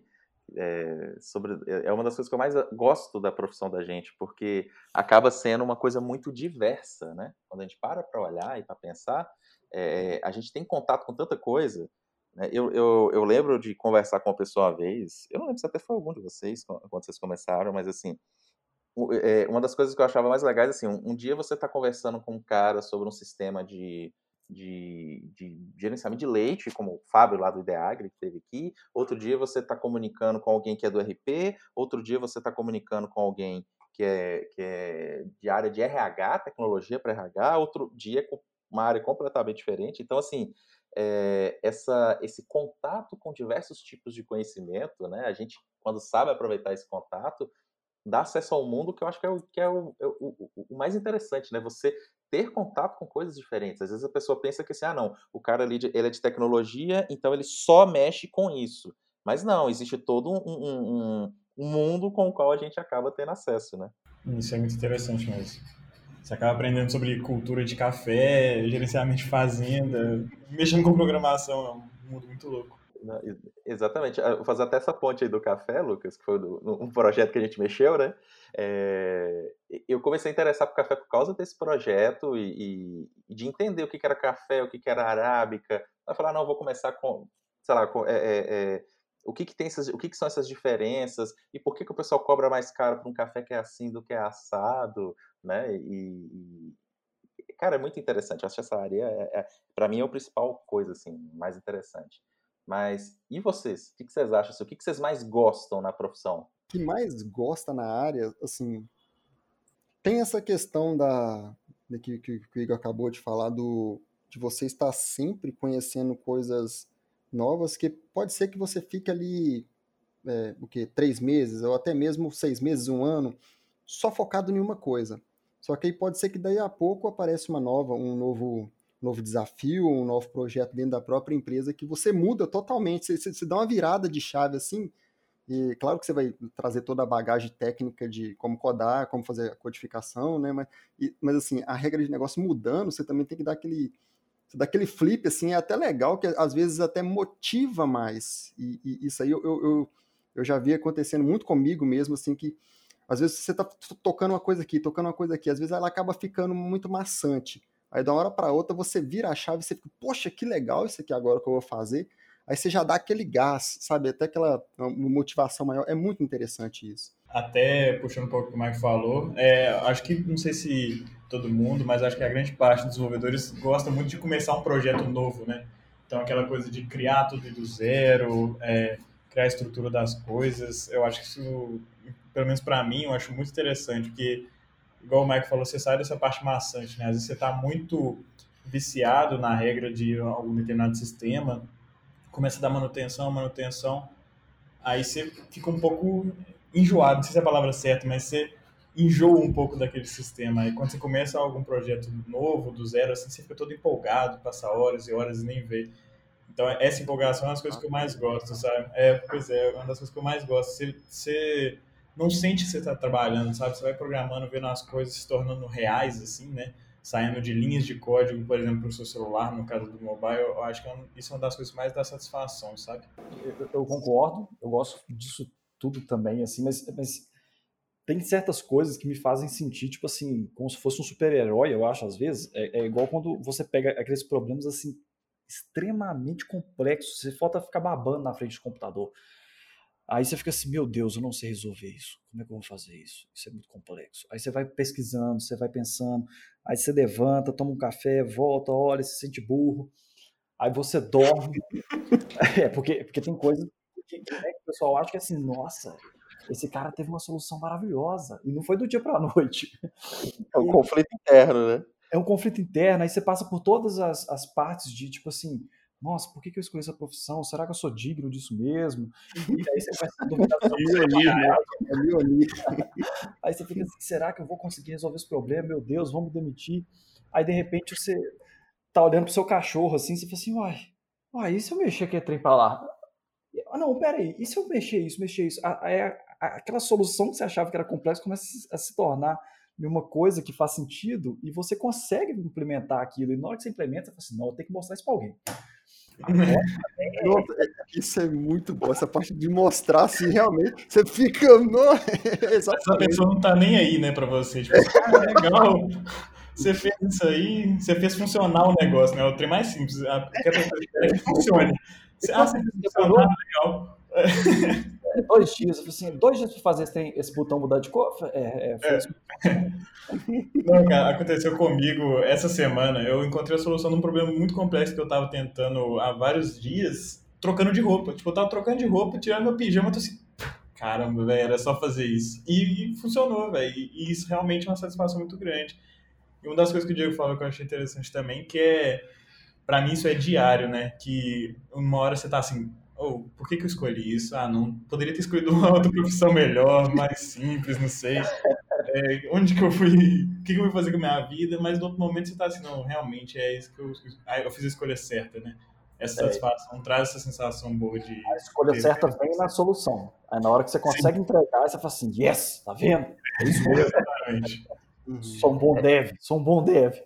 S1: é uma das coisas que eu mais gosto da profissão da gente, porque acaba sendo uma coisa muito diversa, né? Quando a gente para olhar e para pensar, a gente tem contato com tanta coisa, né? Eu lembro de conversar com uma pessoa uma vez, eu não lembro se até foi algum de vocês, quando vocês começaram, mas assim, uma das coisas que eu achava mais legais, assim, um dia você está conversando com um cara sobre um sistema de gerenciamento de leite, como o Fábio lá do Ideagri, que teve aqui. Outro dia você está comunicando com alguém que é do RP. Outro dia você está comunicando com alguém que é de área de RH, tecnologia para RH. Outro dia com uma área completamente diferente. Então, assim, esse contato com diversos tipos de conhecimento, né? A gente, quando sabe aproveitar esse contato, dá acesso ao mundo, que eu acho que é o mais interessante, né? Você ter contato com coisas diferentes. Às vezes a pessoa pensa que assim, não, o cara ali ele é de tecnologia, então ele só mexe com isso. Mas não, existe todo um mundo com o qual a gente acaba tendo acesso, né?
S3: Isso é muito interessante mesmo. Você acaba aprendendo sobre cultura de café, gerenciamento de fazenda, mexendo com programação, é um mundo muito louco.
S1: Exatamente. Eu vou fazer até essa ponte aí do café, Lucas, que foi um projeto que a gente mexeu, né? Eu comecei a interessar por café por causa desse projeto e de entender o que era café, o que era arábica. Aí falar, não, vou começar com, sei lá, o que são essas diferenças e por que o pessoal cobra mais caro por um café que é assim do que é assado, né? Cara, é muito interessante. Eu acho que essa área, para mim, é a principal coisa, assim, mais interessante. Mas, e vocês? O que vocês acham? Assim, o que vocês mais gostam na profissão?
S4: O que mais gosta na área, assim, tem essa questão que o Igor acabou de falar, de você estar sempre conhecendo coisas novas, que pode ser que você fique ali, 3 meses, ou até mesmo 6 meses, 1 ano, só focado em uma coisa. Só que aí pode ser que daí a pouco aparece um novo desafio, um novo projeto dentro da própria empresa que você muda totalmente, você dá uma virada de chave assim, e claro que você vai trazer toda a bagagem técnica de como codar, como fazer a codificação, né? Mas assim, a regra de negócio mudando, você também tem que dar aquele flip, assim, é até legal, que às vezes até motiva mais. E isso aí eu já vi acontecendo muito comigo mesmo, assim, que às vezes você tá tocando uma coisa aqui, às vezes ela acaba ficando muito maçante. Aí de uma hora para outra você vira a chave e você fica, poxa, que legal isso aqui agora que eu vou fazer. Aí você já dá aquele gás, sabe? Até aquela motivação maior. É muito interessante isso.
S3: Até puxando um pouco o que o Mike falou, acho que, não sei se todo mundo, mas acho que a grande parte dos desenvolvedores gosta muito de começar um projeto novo, né? Então, aquela coisa de criar tudo do zero, criar a estrutura das coisas. Eu acho que isso, pelo menos para mim, eu acho muito interessante, porque, igual o Mike falou, você sai dessa parte maçante, né? Às vezes você está muito viciado na regra de algum determinado sistema, começa a dar manutenção, aí você fica um pouco enjoado, não sei se é a palavra certa, mas você enjoa um pouco daquele sistema. Aí quando você começa algum projeto novo, do zero, assim, você fica todo empolgado, passa horas e horas e nem vê. Então, essa empolgação é uma das coisas que eu mais gosto, sabe? Pois é uma das coisas que eu mais gosto. Você não sente que você está trabalhando, sabe? Você vai programando, vendo as coisas se tornando reais, assim, né? Saindo de linhas de código, por exemplo, para o seu celular, no caso do mobile, eu acho que isso é uma das coisas que mais dá satisfação, sabe?
S2: Eu concordo, eu gosto disso tudo também, assim, mas tem certas coisas que me fazem sentir, tipo assim, como se fosse um super-herói, eu acho, às vezes. É igual quando você pega aqueles problemas, assim, extremamente complexos, você falta ficar babando na frente do computador. Aí você fica assim, meu Deus, eu não sei resolver isso. Como é que eu vou fazer isso? Isso é muito complexo. Aí você vai pesquisando, você vai pensando, aí você levanta, toma um café, volta, olha, se sente burro. Aí você dorme. Porque tem coisa que o pessoal acha que é assim, nossa, esse cara teve uma solução maravilhosa. E não foi do dia para a noite.
S1: É um conflito interno, né?
S2: É um conflito interno, aí você passa por todas as partes de, tipo assim, nossa, por que eu escolhi essa profissão? Será que eu sou digno disso mesmo? E aí você começa a duvidar do seu
S4: Leonir, né? É Leonir.
S2: Aí você fica assim, será que eu vou conseguir resolver esse problema? Meu Deus, vamos demitir. Aí, de repente, você tá olhando pro seu cachorro, assim, você fala assim, uai, e se eu mexer aquele trem pra lá? Ah, não, peraí, e se eu mexer isso? Aquela solução que você achava que era complexa começa a se tornar uma coisa que faz sentido e você consegue implementar aquilo. E na hora que você implementa, você fala assim, não, eu tenho que mostrar isso pra alguém.
S4: Nossa, isso é muito bom, essa parte de mostrar assim, realmente, você fica, não,
S3: Essa pessoa não tá nem aí, né, pra você. Tipo, legal, você fez isso aí, você fez funcionar o negócio, né? O trem mais simples, qualquer pessoa espera que funcione. Você fez funcionar, legal.
S2: 2 dias, eu falei assim, 2 dias pra fazer esse botão mudar de cor? Foi isso.
S3: Não, cara, aconteceu comigo essa semana. Eu encontrei a solução de um problema muito complexo que eu tava tentando há vários dias, trocando de roupa. Tipo, eu tava trocando de roupa, tirando meu pijama, eu tô assim, caramba, velho, era só fazer isso. E funcionou, velho. E isso realmente é uma satisfação muito grande. E uma das coisas que o Diego falou que eu achei interessante também, que pra mim isso é diário, né? Que uma hora você tá assim, por que eu escolhi isso? Ah, não, poderia ter escolhido uma outra profissão melhor, mais simples, não sei. Onde que eu fui, o que eu fui fazer com a minha vida, mas no outro momento você tá assim, não, realmente é isso que eu fiz a escolha certa, né? Essa satisfação traz essa sensação boa de...
S2: A escolha certa vem na solução. Aí na hora que você consegue entregar, você fala assim, yes, tá vendo? É isso mesmo.
S3: Exatamente.
S2: Sou um bom dev.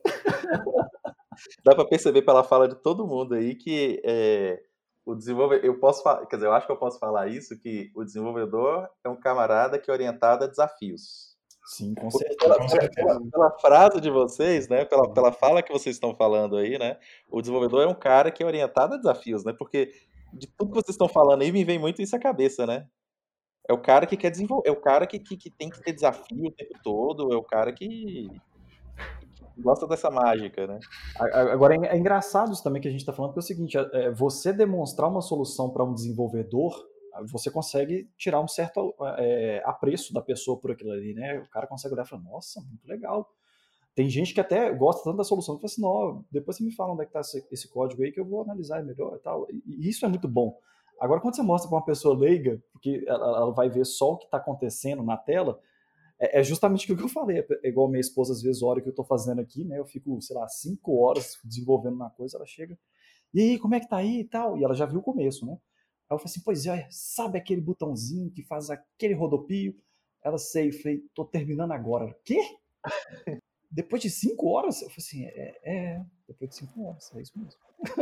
S1: Dá para perceber pela fala de todo mundo aí que o desenvolvedor, eu acho que eu posso falar isso, que o desenvolvedor é um camarada que é orientado a desafios.
S2: Sim, com certeza.
S1: Pela frase de vocês, né? Pela fala que vocês estão falando aí, né? O desenvolvedor é um cara que é orientado a desafios, né? Porque de tudo que vocês estão falando aí me vem muito isso à cabeça, né? É o cara que quer desenvolver, é o cara que tem que ter desafio o tempo todo, é o cara que gosta dessa mágica, né?
S2: Agora, é engraçado isso também que a gente está falando, porque é o seguinte, você demonstrar uma solução para um desenvolvedor, você consegue tirar um certo apreço da pessoa por aquilo ali, né? O cara consegue olhar e falar, nossa, muito legal. Tem gente que até gosta tanto da solução que fala assim, não, depois você me fala onde é que está esse código aí que eu vou analisar melhor e tal. E isso é muito bom. Agora, quando você mostra para uma pessoa leiga, porque ela vai ver só o que está acontecendo na tela, é justamente aquilo que eu falei. É igual minha esposa, às vezes, a hora que eu estou fazendo aqui, né? Eu fico, sei lá, 5 horas desenvolvendo uma coisa, ela chega, e aí, como é que tá aí e tal? E ela já viu o começo, né? Aí eu falei assim, pois é, sabe aquele botãozinho que faz aquele rodopio? Ela sei, eu falei, tô terminando agora. Quê? Depois de 5 horas? Eu falei assim, depois de 5 horas, é isso mesmo.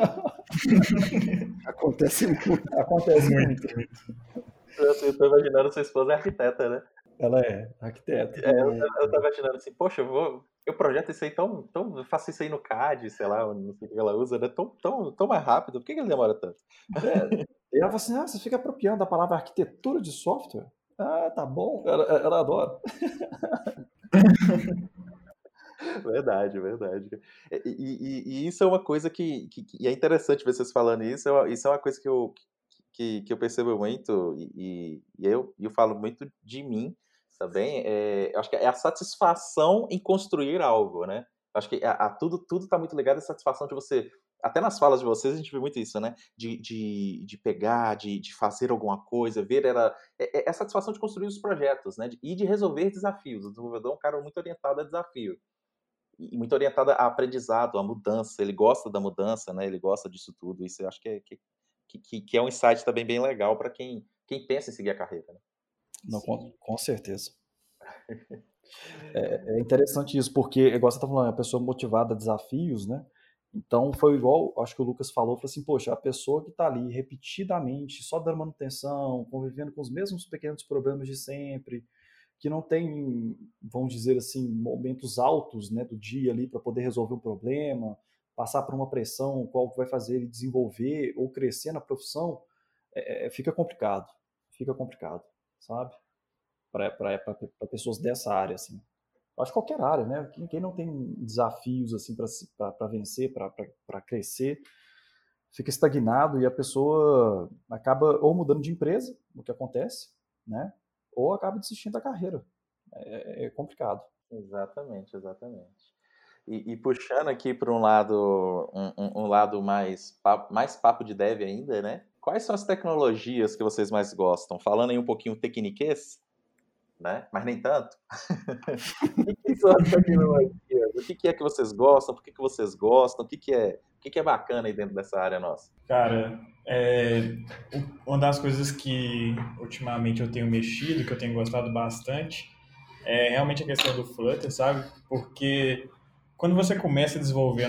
S4: Acontece muito.
S2: Acontece muito.
S1: Eu tô imaginando sua esposa é arquiteta, né?
S2: Ela é arquiteta.
S1: Eu tô imaginando assim, poxa, eu projeto isso aí eu faço isso aí no CAD, sei lá, não sei o que ela usa, né? Tão mais rápido, por que ele demora tanto?
S2: E ela falou assim, você fica apropriando da palavra arquitetura de software? Ah, tá bom, ela adora.
S1: Verdade. E isso é uma coisa que é interessante ver vocês falando isso. Isso é uma coisa que que eu percebo muito, e eu falo muito de mim também, eu acho que é a satisfação em construir algo, né. Acho que tudo está muito ligado à satisfação de você, até nas falas de vocês a gente vê muito isso, né, de pegar, de fazer alguma coisa, ver a satisfação de construir os projetos, né, e de resolver desafios. O desenvolvedor é um cara muito orientado a desafio. E muito orientada a aprendizado, a mudança, ele gosta da mudança, né, ele gosta disso tudo, isso eu acho que é um insight também bem legal para quem pensa em seguir a carreira, né.
S2: Não, com certeza. É interessante isso, porque, igual você tá falando, é a pessoa motivada a desafios, né? Então foi igual, acho que o Lucas falou assim, poxa, a pessoa que tá ali repetidamente, só dando manutenção, convivendo com os mesmos pequenos problemas de sempre, que não tem, vamos dizer assim, momentos altos, né, do dia ali para poder resolver um problema, passar por uma pressão, qual vai fazer ele desenvolver ou crescer na profissão, fica complicado, sabe? Para pessoas dessa área, assim. Eu acho que qualquer área, né? Quem não tem desafios assim para vencer, para crescer, fica estagnado e a pessoa acaba ou mudando de empresa, o que acontece, né? Ou acaba desistindo da carreira. É complicado.
S1: Exatamente, exatamente. E puxando aqui para um lado mais papo de dev ainda, né, quais são as tecnologias que vocês mais gostam? Falando aí um pouquinho tecniquez, né, mas nem tanto. O que são as tecnologias? O que é que vocês gostam? Por que vocês gostam? O que é bacana aí dentro dessa área nossa?
S3: Cara, uma das coisas que ultimamente eu tenho mexido, que eu tenho gostado bastante, é realmente a questão do Flutter, sabe? Porque quando você começa desenvolvendo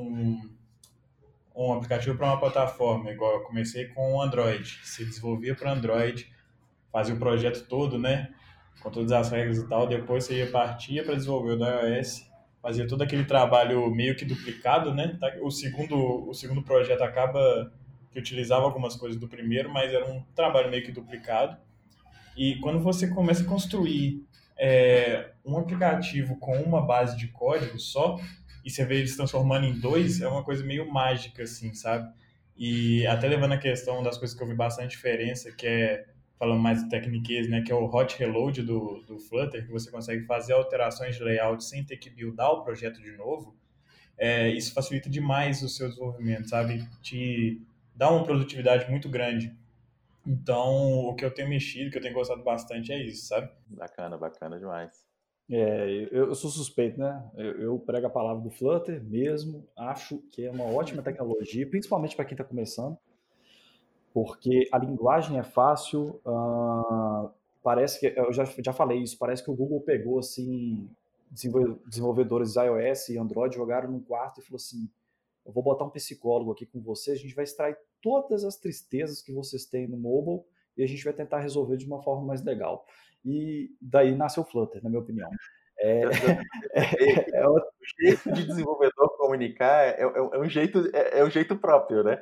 S3: um aplicativo para uma plataforma, igual eu comecei com o Android, se desenvolvia para Android, fazia o projeto todo, né? Com todas as regras e tal, depois você partia para desenvolver o do iOS, fazia todo aquele trabalho meio que duplicado, né? O segundo projeto acaba que utilizava algumas coisas do primeiro, mas era um trabalho meio que duplicado. E quando você começa a construir um aplicativo com uma base de código só, e você vê ele se transformando em dois, é uma coisa meio mágica, assim, sabe? E até levando a questão das coisas que eu vi bastante diferença, que é, falando mais de tecniquez, né, que é o hot reload do Flutter, que você consegue fazer alterações de layout sem ter que buildar o projeto de novo, isso facilita demais o seu desenvolvimento, sabe? Te dá uma produtividade muito grande. Então, o que eu tenho mexido, que eu tenho gostado bastante é isso, sabe?
S1: Bacana, bacana demais.
S2: Eu sou suspeito, né? Eu prego a palavra do Flutter mesmo, acho que é uma ótima tecnologia, principalmente para quem está começando, porque a linguagem é fácil, parece que, eu já falei isso, parece que o Google pegou, assim, desenvolvedores iOS e Android, jogaram num quarto e falou assim, eu vou botar um psicólogo aqui com vocês, a gente vai extrair todas as tristezas que vocês têm no mobile e a gente vai tentar resolver de uma forma mais legal. E daí nasceu o Flutter, na minha opinião.
S1: Eu o jeito de desenvolvedor comunicar é um jeito próprio, né.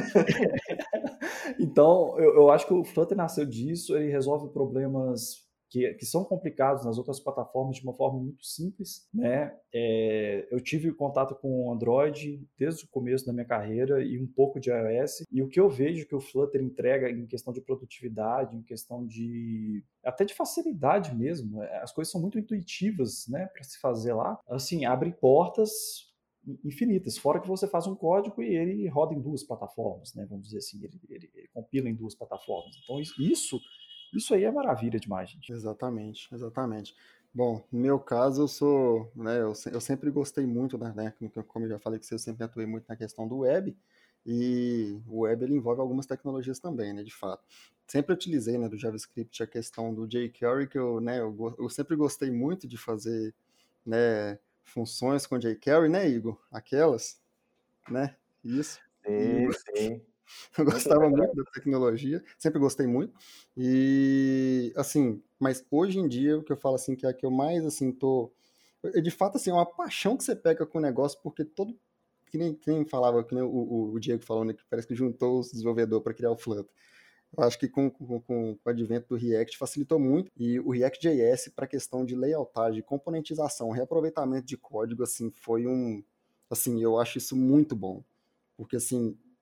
S2: Então, eu acho que o Flutter nasceu disso, ele resolve problemas que são complicados nas outras plataformas de uma forma muito simples, né? Eu tive contato com o Android desde o começo da minha carreira e um pouco de iOS, e o que eu vejo que o Flutter entrega em questão de produtividade, em questão de até de facilidade mesmo, as coisas são muito intuitivas, né, para se fazer lá, assim, abre portas infinitas, fora que você faz um código e ele roda em duas plataformas, né? Vamos dizer assim, ele compila em duas plataformas. Então isso aí é maravilha demais, gente.
S4: Exatamente, exatamente. Bom, no meu caso, eu sou, né, eu sempre gostei muito, né, como eu já falei que eu sempre atuei muito na questão do web, e o web ele envolve algumas tecnologias também, né, de fato. Sempre utilizei, né, do JavaScript a questão do jQuery, que eu sempre gostei muito de fazer, né, funções com jQuery, né, Igor? Aquelas, né? Isso.
S1: Sim, sim.
S4: Eu
S1: Muito
S4: gostava
S1: legal.
S4: muito da tecnologia, sempre gostei muito. E, assim, mas hoje em dia, o que eu falo, assim, que é a que eu mais, assim, de fato, assim, é uma paixão que você pega com o negócio, porque que nem falava, que nem o Diego falou, né, que parece que juntou os desenvolvedores para criar o Flutter. Eu acho que com o advento do React facilitou muito, e o React.js para a questão de layoutagem, componentização, reaproveitamento de código, assim, foi assim, eu acho isso muito bom. Porque, assim,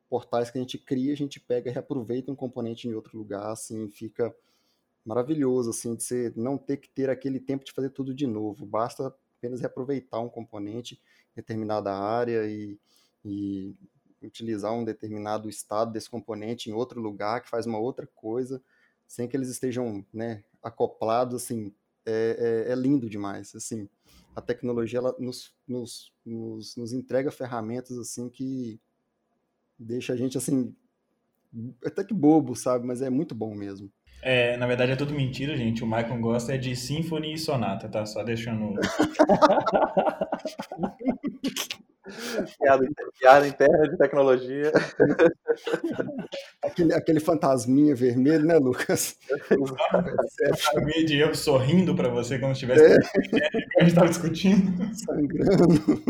S4: portais que a gente cria, a gente pega e reaproveita um componente em outro lugar, assim, fica maravilhoso, assim, de você não ter que ter aquele tempo de fazer tudo de novo. Basta apenas reaproveitar um componente em determinada área e utilizar um determinado estado desse componente em outro lugar que faz uma outra coisa, sem que eles estejam, né, acoplados, assim, é lindo demais, assim. A tecnologia, ela nos entrega ferramentas, assim, que deixa a gente, assim, até que bobo, sabe? Mas é muito bom mesmo.
S3: Na verdade é tudo mentira, gente. O Michael gosta de Symfony e Sonata, tá? Só deixando.
S1: Piada interna de tecnologia.
S4: Aquele fantasminha vermelho, né, Lucas?
S3: Eu vi de eu sorrindo pra você como se estivesse.
S4: É,
S3: A gente tava discutindo.
S4: sangrando.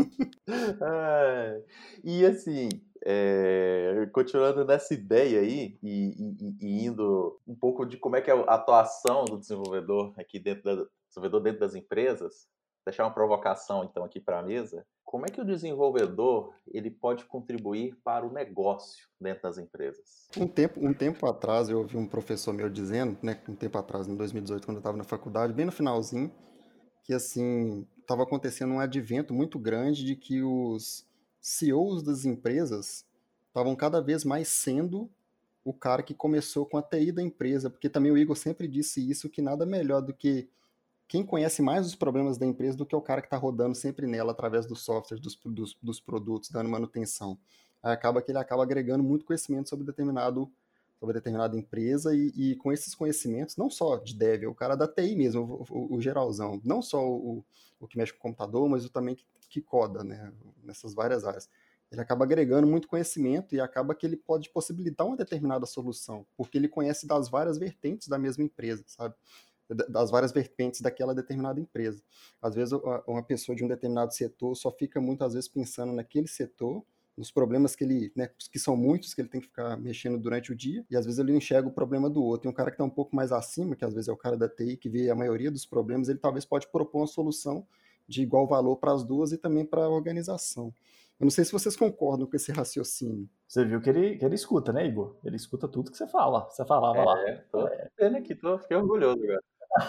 S1: E assim, continuando nessa ideia aí e indo um pouco de como é que é a atuação do desenvolvedor aqui desenvolvedor dentro das empresas, deixar uma provocação então aqui para a mesa. Como é que o desenvolvedor ele pode contribuir para o negócio dentro das empresas?
S4: Um tempo atrás, eu ouvi um professor meu dizendo, né, um tempo atrás, em 2018, quando eu estava na faculdade, bem no finalzinho, que assim, estava acontecendo um advento muito grande de que os CEOs das empresas estavam cada vez mais sendo o cara que começou com a TI da empresa, porque também o Igor sempre disse isso, que nada melhor do que quem conhece mais os problemas da empresa do que o cara que está rodando sempre nela através do software, dos produtos, dando manutenção. Aí acaba que ele acaba agregando muito conhecimento sobre determinada empresa e com esses conhecimentos, não só de dev, o cara da TI mesmo, o geralzão, não só o que mexe com o computador, mas o também que coda, né, nessas várias áreas. Ele acaba agregando muito conhecimento e acaba que ele pode possibilitar uma determinada solução, porque ele conhece das várias vertentes da mesma empresa, sabe? Das várias vertentes daquela determinada empresa. Às vezes, uma pessoa de um determinado setor só fica muitas vezes pensando naquele setor, nos problemas que ele, né, que são muitos, que ele tem que ficar mexendo durante o dia, e às vezes ele não enxerga o problema do outro. E um cara que está um pouco mais acima, que às vezes é o cara da TI, que vê a maioria dos problemas, ele talvez pode propor uma solução de igual valor para as duas e também para a organização. Eu não sei se vocês concordam com esse raciocínio.
S2: Você viu que ele escuta, né, Igor? Ele escuta tudo que você fala. Você falava lá.
S1: Tô vendo aqui, fiquei orgulhoso agora.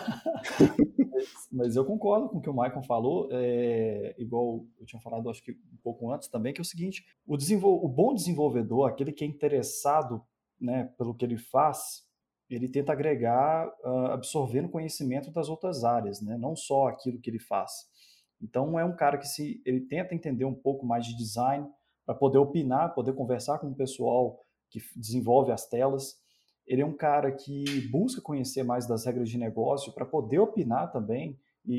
S2: Mas eu concordo com o que o Michael falou, igual eu tinha falado, acho que um pouco antes também, que é o seguinte, o bom desenvolvedor, aquele que é interessado, né, pelo que ele faz, ele tenta agregar, absorvendo conhecimento das outras áreas, né, não só aquilo que ele faz. Então é um cara que ele tenta entender um pouco mais de design, para poder opinar, poder conversar com o pessoal que desenvolve as telas. Ele é um cara que busca conhecer mais das regras de negócio para poder opinar também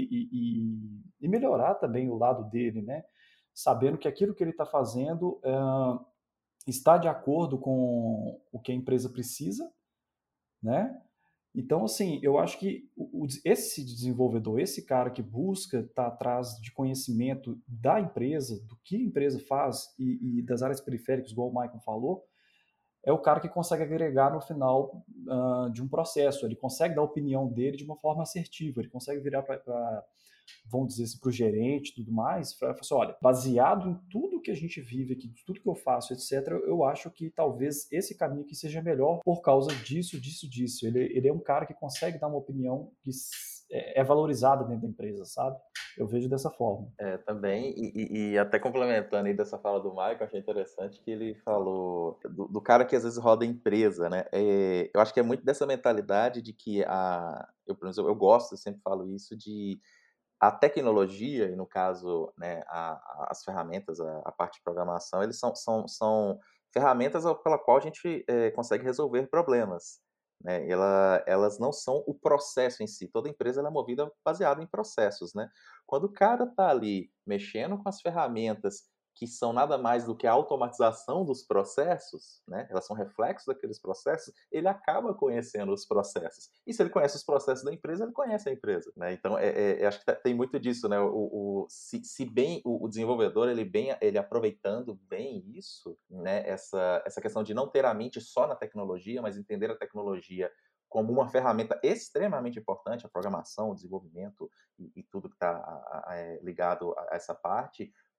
S2: e melhorar também o lado dele, né? Sabendo que aquilo que ele está fazendo está de acordo com o que a empresa precisa, né? Então, assim, eu acho que esse desenvolvedor, esse cara que busca estar atrás de conhecimento da empresa, do que a empresa faz e das áreas periféricas, igual o Michael falou, é o cara que consegue agregar no final de um processo. Ele consegue dar a opinião dele de uma forma assertiva, ele consegue virar para, vamos dizer assim, para o gerente e tudo mais, para falar assim, olha, baseado em tudo que a gente vive aqui, tudo que eu faço, etc., eu acho que talvez esse caminho aqui seja melhor por causa disso, disso, disso. Ele é um cara que consegue dar uma opinião que é valorizada dentro da empresa, sabe? Eu vejo dessa forma.
S1: Também, e até complementando aí dessa fala do Michael, achei interessante que ele falou do cara que às vezes roda empresa, né? Eu acho que é muito dessa mentalidade de que por exemplo, eu gosto, eu sempre falo isso, de a tecnologia, e no caso, né, as ferramentas, a parte de programação, eles são ferramentas pela qual a gente consegue resolver problemas. Né? Elas não são o processo em si. Toda empresa ela é movida baseada em processos. Né? Quando o cara está ali mexendo com as ferramentas que são nada mais do que a automatização dos processos, né? Elas são reflexos daqueles processos, ele acaba conhecendo os processos. E se ele conhece os processos da empresa, ele conhece a empresa. Né? Então, acho que tem muito disso. Né? Se bem o desenvolvedor, ele aproveitando bem isso, né? essa questão de não ter a mente só na tecnologia, mas entender a tecnologia como uma ferramenta extremamente importante, a programação, o desenvolvimento e tudo que está ligado a essa parte,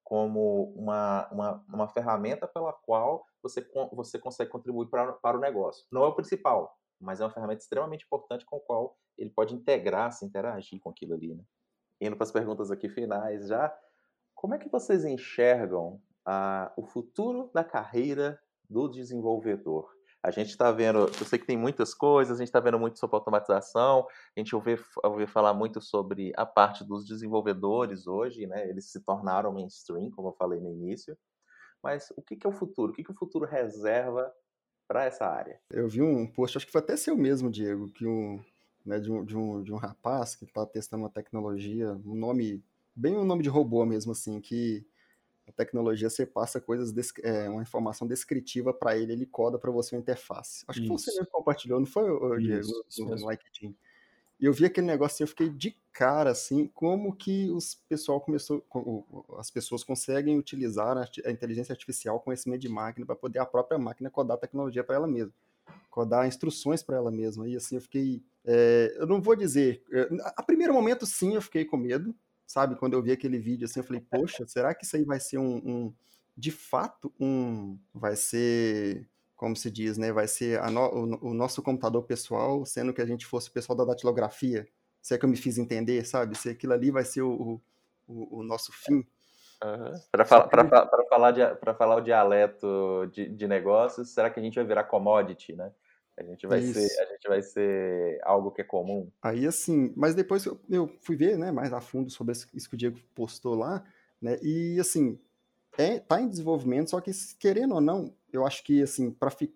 S1: como uma ferramenta pela qual você consegue contribuir para o negócio. Não é o principal, mas é uma ferramenta extremamente importante com a qual ele pode se interagir com aquilo ali, né? Indo para as perguntas aqui finais já, como é que vocês enxergam o futuro da carreira do desenvolvedor? A gente está vendo, eu sei que tem muitas coisas, a gente está vendo muito sobre automatização, a gente ouve falar muito sobre a parte dos desenvolvedores hoje, né? Eles se tornaram mainstream, como eu falei no início. Mas o que é o futuro? O que o futuro reserva para essa área?
S4: Eu vi um post, acho que foi até seu mesmo, Diego, né, de um rapaz que está testando uma tecnologia, bem um nome de robô mesmo, assim, que a tecnologia você passa uma informação descritiva para ele coda para você uma interface. Acho que foi você
S2: Isso,
S4: mesmo que compartilhou, não foi, Diego,
S2: isso
S4: no
S2: mesmo.
S4: LinkedIn? E eu vi aquele negócio assim, eu fiquei de cara, assim, como que as pessoas conseguem utilizar a inteligência artificial, conhecimento de máquina, para poder a própria máquina codar a tecnologia para ela mesma, codar instruções para ela mesma. E assim, eu não vou dizer, a primeiro momento sim, eu fiquei com medo, sabe? Quando eu vi aquele vídeo assim, eu falei, poxa, será que isso aí vai ser de fato, vai ser, como se diz, né? Vai ser o nosso computador pessoal, sendo que a gente fosse o pessoal da datilografia. Se é que eu me fiz entender, sabe? Se aquilo ali vai ser o nosso fim.
S1: Para
S4: Só que
S1: falar o dialeto de negócios, será que a gente vai virar commodity, né? A gente
S4: isso.
S1: vai ser algo que é comum?
S4: Aí, assim, mas depois eu fui ver, né, mais a fundo sobre isso que o Diego postou lá, né, e, assim, tá em desenvolvimento, só que, querendo ou não, eu acho que, assim,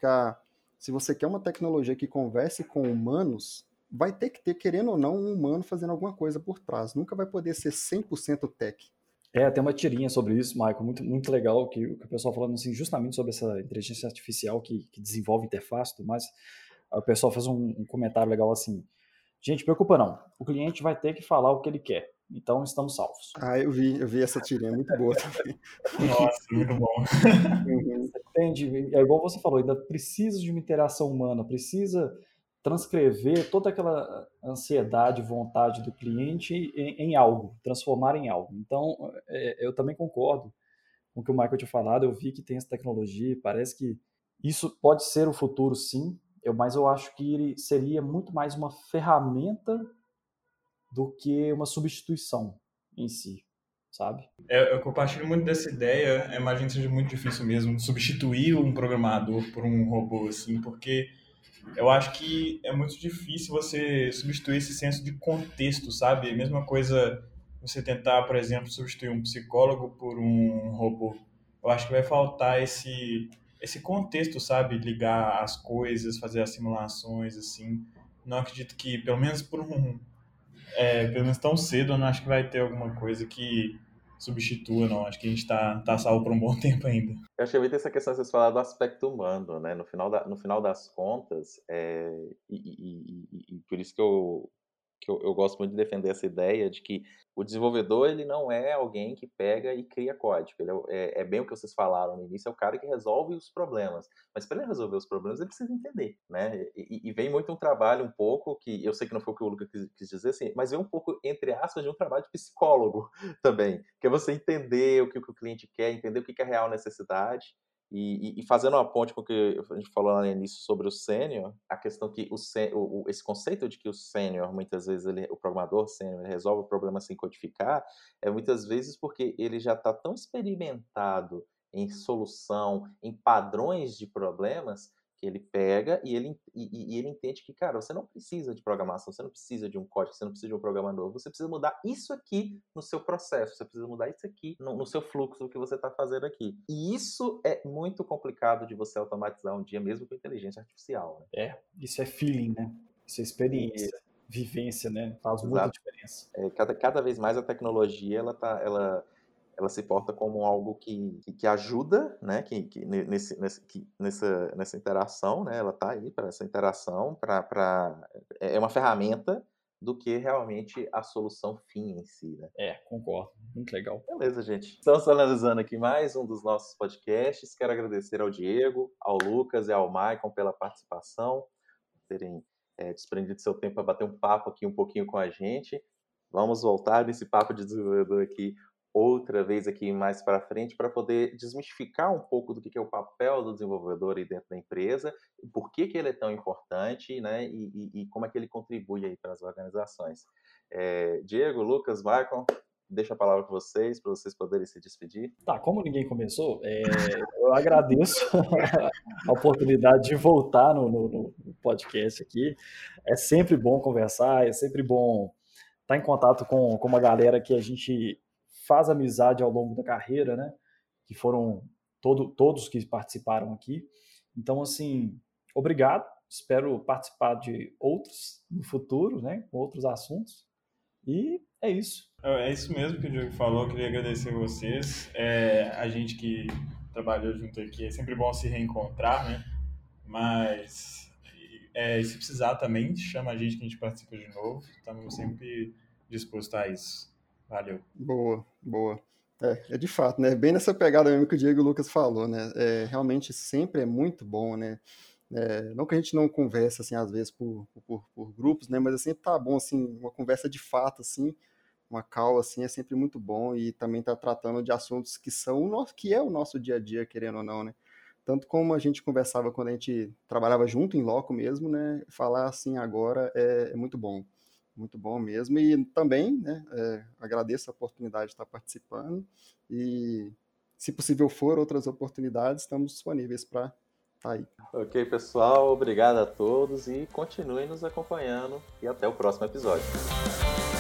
S4: se você quer uma tecnologia que converse com humanos, vai ter que ter, querendo ou não, um humano fazendo alguma coisa por trás. Nunca vai poder ser 100% tech.
S2: Tem uma tirinha sobre isso, Michael, muito, muito legal, que o pessoal falando assim, justamente sobre essa inteligência artificial que desenvolve interface e tudo mais. Aí o pessoal faz um comentário legal assim, gente, preocupa não, o cliente vai ter que falar o que ele quer, então estamos salvos.
S4: Ah, eu vi essa tirinha, muito boa também.
S3: Nossa, muito bom.
S4: Uhum.
S2: Você entende? É igual você falou, ainda precisa de uma interação humana, precisa transcrever toda aquela ansiedade, vontade do cliente em algo, transformar em algo. Então, eu também concordo com o que o Michael tinha falado, eu vi que tem essa tecnologia, parece que isso pode ser o futuro, sim, mas eu acho que ele seria muito mais uma ferramenta do que uma substituição em si, sabe?
S3: Eu compartilho muito dessa ideia. Eu imagino que seja muito difícil mesmo substituir um programador por um robô, assim, porque eu acho que é muito difícil você substituir esse senso de contexto, sabe? Mesma coisa você tentar, por exemplo, substituir um psicólogo por um robô. Eu acho que vai faltar esse contexto, sabe? Ligar as coisas, fazer as simulações, assim. Não acredito que, pelo menos tão cedo, eu não acho que vai ter alguma coisa que substitua, não. Acho que a gente tá salvo por um bom tempo ainda.
S1: Eu achei muito essa questão que vocês falaram do aspecto humano, né? No final das contas, e por isso que eu gosto muito de defender essa ideia de que o desenvolvedor ele não é alguém que pega e cria código. Ele é bem o que vocês falaram no início, é o cara que resolve os problemas. Mas para ele resolver os problemas, ele precisa entender, né? E vem muito um trabalho um pouco, que eu sei que não foi o que o Lucas quis dizer, assim, mas vem um pouco, entre aspas, de um trabalho de psicólogo também, que é você entender o que o cliente quer, entender o que é a real necessidade, e fazendo uma ponte com o que a gente falou lá no início sobre o sênior, a questão que esse conceito de que o sênior, muitas vezes, o programador sênior, ele resolve o problema sem codificar, é muitas vezes porque ele já está tão experimentado em solução, em padrões de problemas, que ele pega e ele entende que, cara, você não precisa de programação, você não precisa de um código, você não precisa de um programador, você precisa mudar isso aqui no seu processo, você precisa mudar isso aqui no seu fluxo do que você está fazendo aqui. E isso é muito complicado de você automatizar um dia, mesmo com inteligência artificial, né?
S2: Isso é feeling, né? Isso é
S1: E,
S2: experiência, vivência, né? Faz muita
S1: exato.
S2: diferença.
S1: Cada vez mais a tecnologia ela se porta como algo que ajuda, né? Nessa interação, né? Ela está aí para essa interação, é uma ferramenta do que realmente a solução fim em si, né?
S2: Concordo. Muito legal.
S1: Beleza, gente. Estamos analisando aqui mais um dos nossos podcasts. Quero agradecer ao Diego, ao Lucas e ao Maicon pela participação, por terem desprendido seu tempo para bater um papo aqui um pouquinho com a gente. Vamos voltar nesse papo de desenvolvedor aqui outra vez aqui mais para frente para poder desmistificar um pouco do que é o papel do desenvolvedor aí dentro da empresa, por que ele é tão importante, né, e como é que ele contribui aí para as organizações. Diego, Lucas, Michael, deixo a palavra para vocês poderem se despedir.
S2: Tá, como ninguém começou, eu agradeço a oportunidade de voltar no podcast aqui. É sempre bom conversar, é sempre bom estar em contato com uma galera que a gente faz amizade ao longo da carreira, né? Que foram todos que participaram aqui. Então, assim, obrigado. Espero participar de outros no futuro, né? Com outros assuntos. E é isso.
S3: É isso mesmo que o Diogo falou. Eu queria agradecer a vocês. A gente que trabalhou junto aqui, é sempre bom se reencontrar, né? Mas se precisar também, chama a gente que a gente participa de novo. Estamos sempre dispostos a isso. Valeu.
S4: Boa, boa. É de fato, né? Bem nessa pegada mesmo que o Diego e o Lucas falou, né? Realmente sempre é muito bom, né? Não que a gente não converse, assim, às vezes por grupos, né? Mas sempre tá bom, assim, uma conversa de fato, assim, uma call, assim, é sempre muito bom e também tá tratando de assuntos que é o nosso dia a dia, querendo ou não, né? Tanto como a gente conversava quando a gente trabalhava junto em loco mesmo, né? Falar assim agora é muito bom. Muito bom mesmo. E também, né, agradeço a oportunidade de estar participando. E, se possível for, outras oportunidades, estamos disponíveis para estar aí.
S1: Ok, pessoal. Obrigado a todos e continuem nos acompanhando. E até o próximo episódio.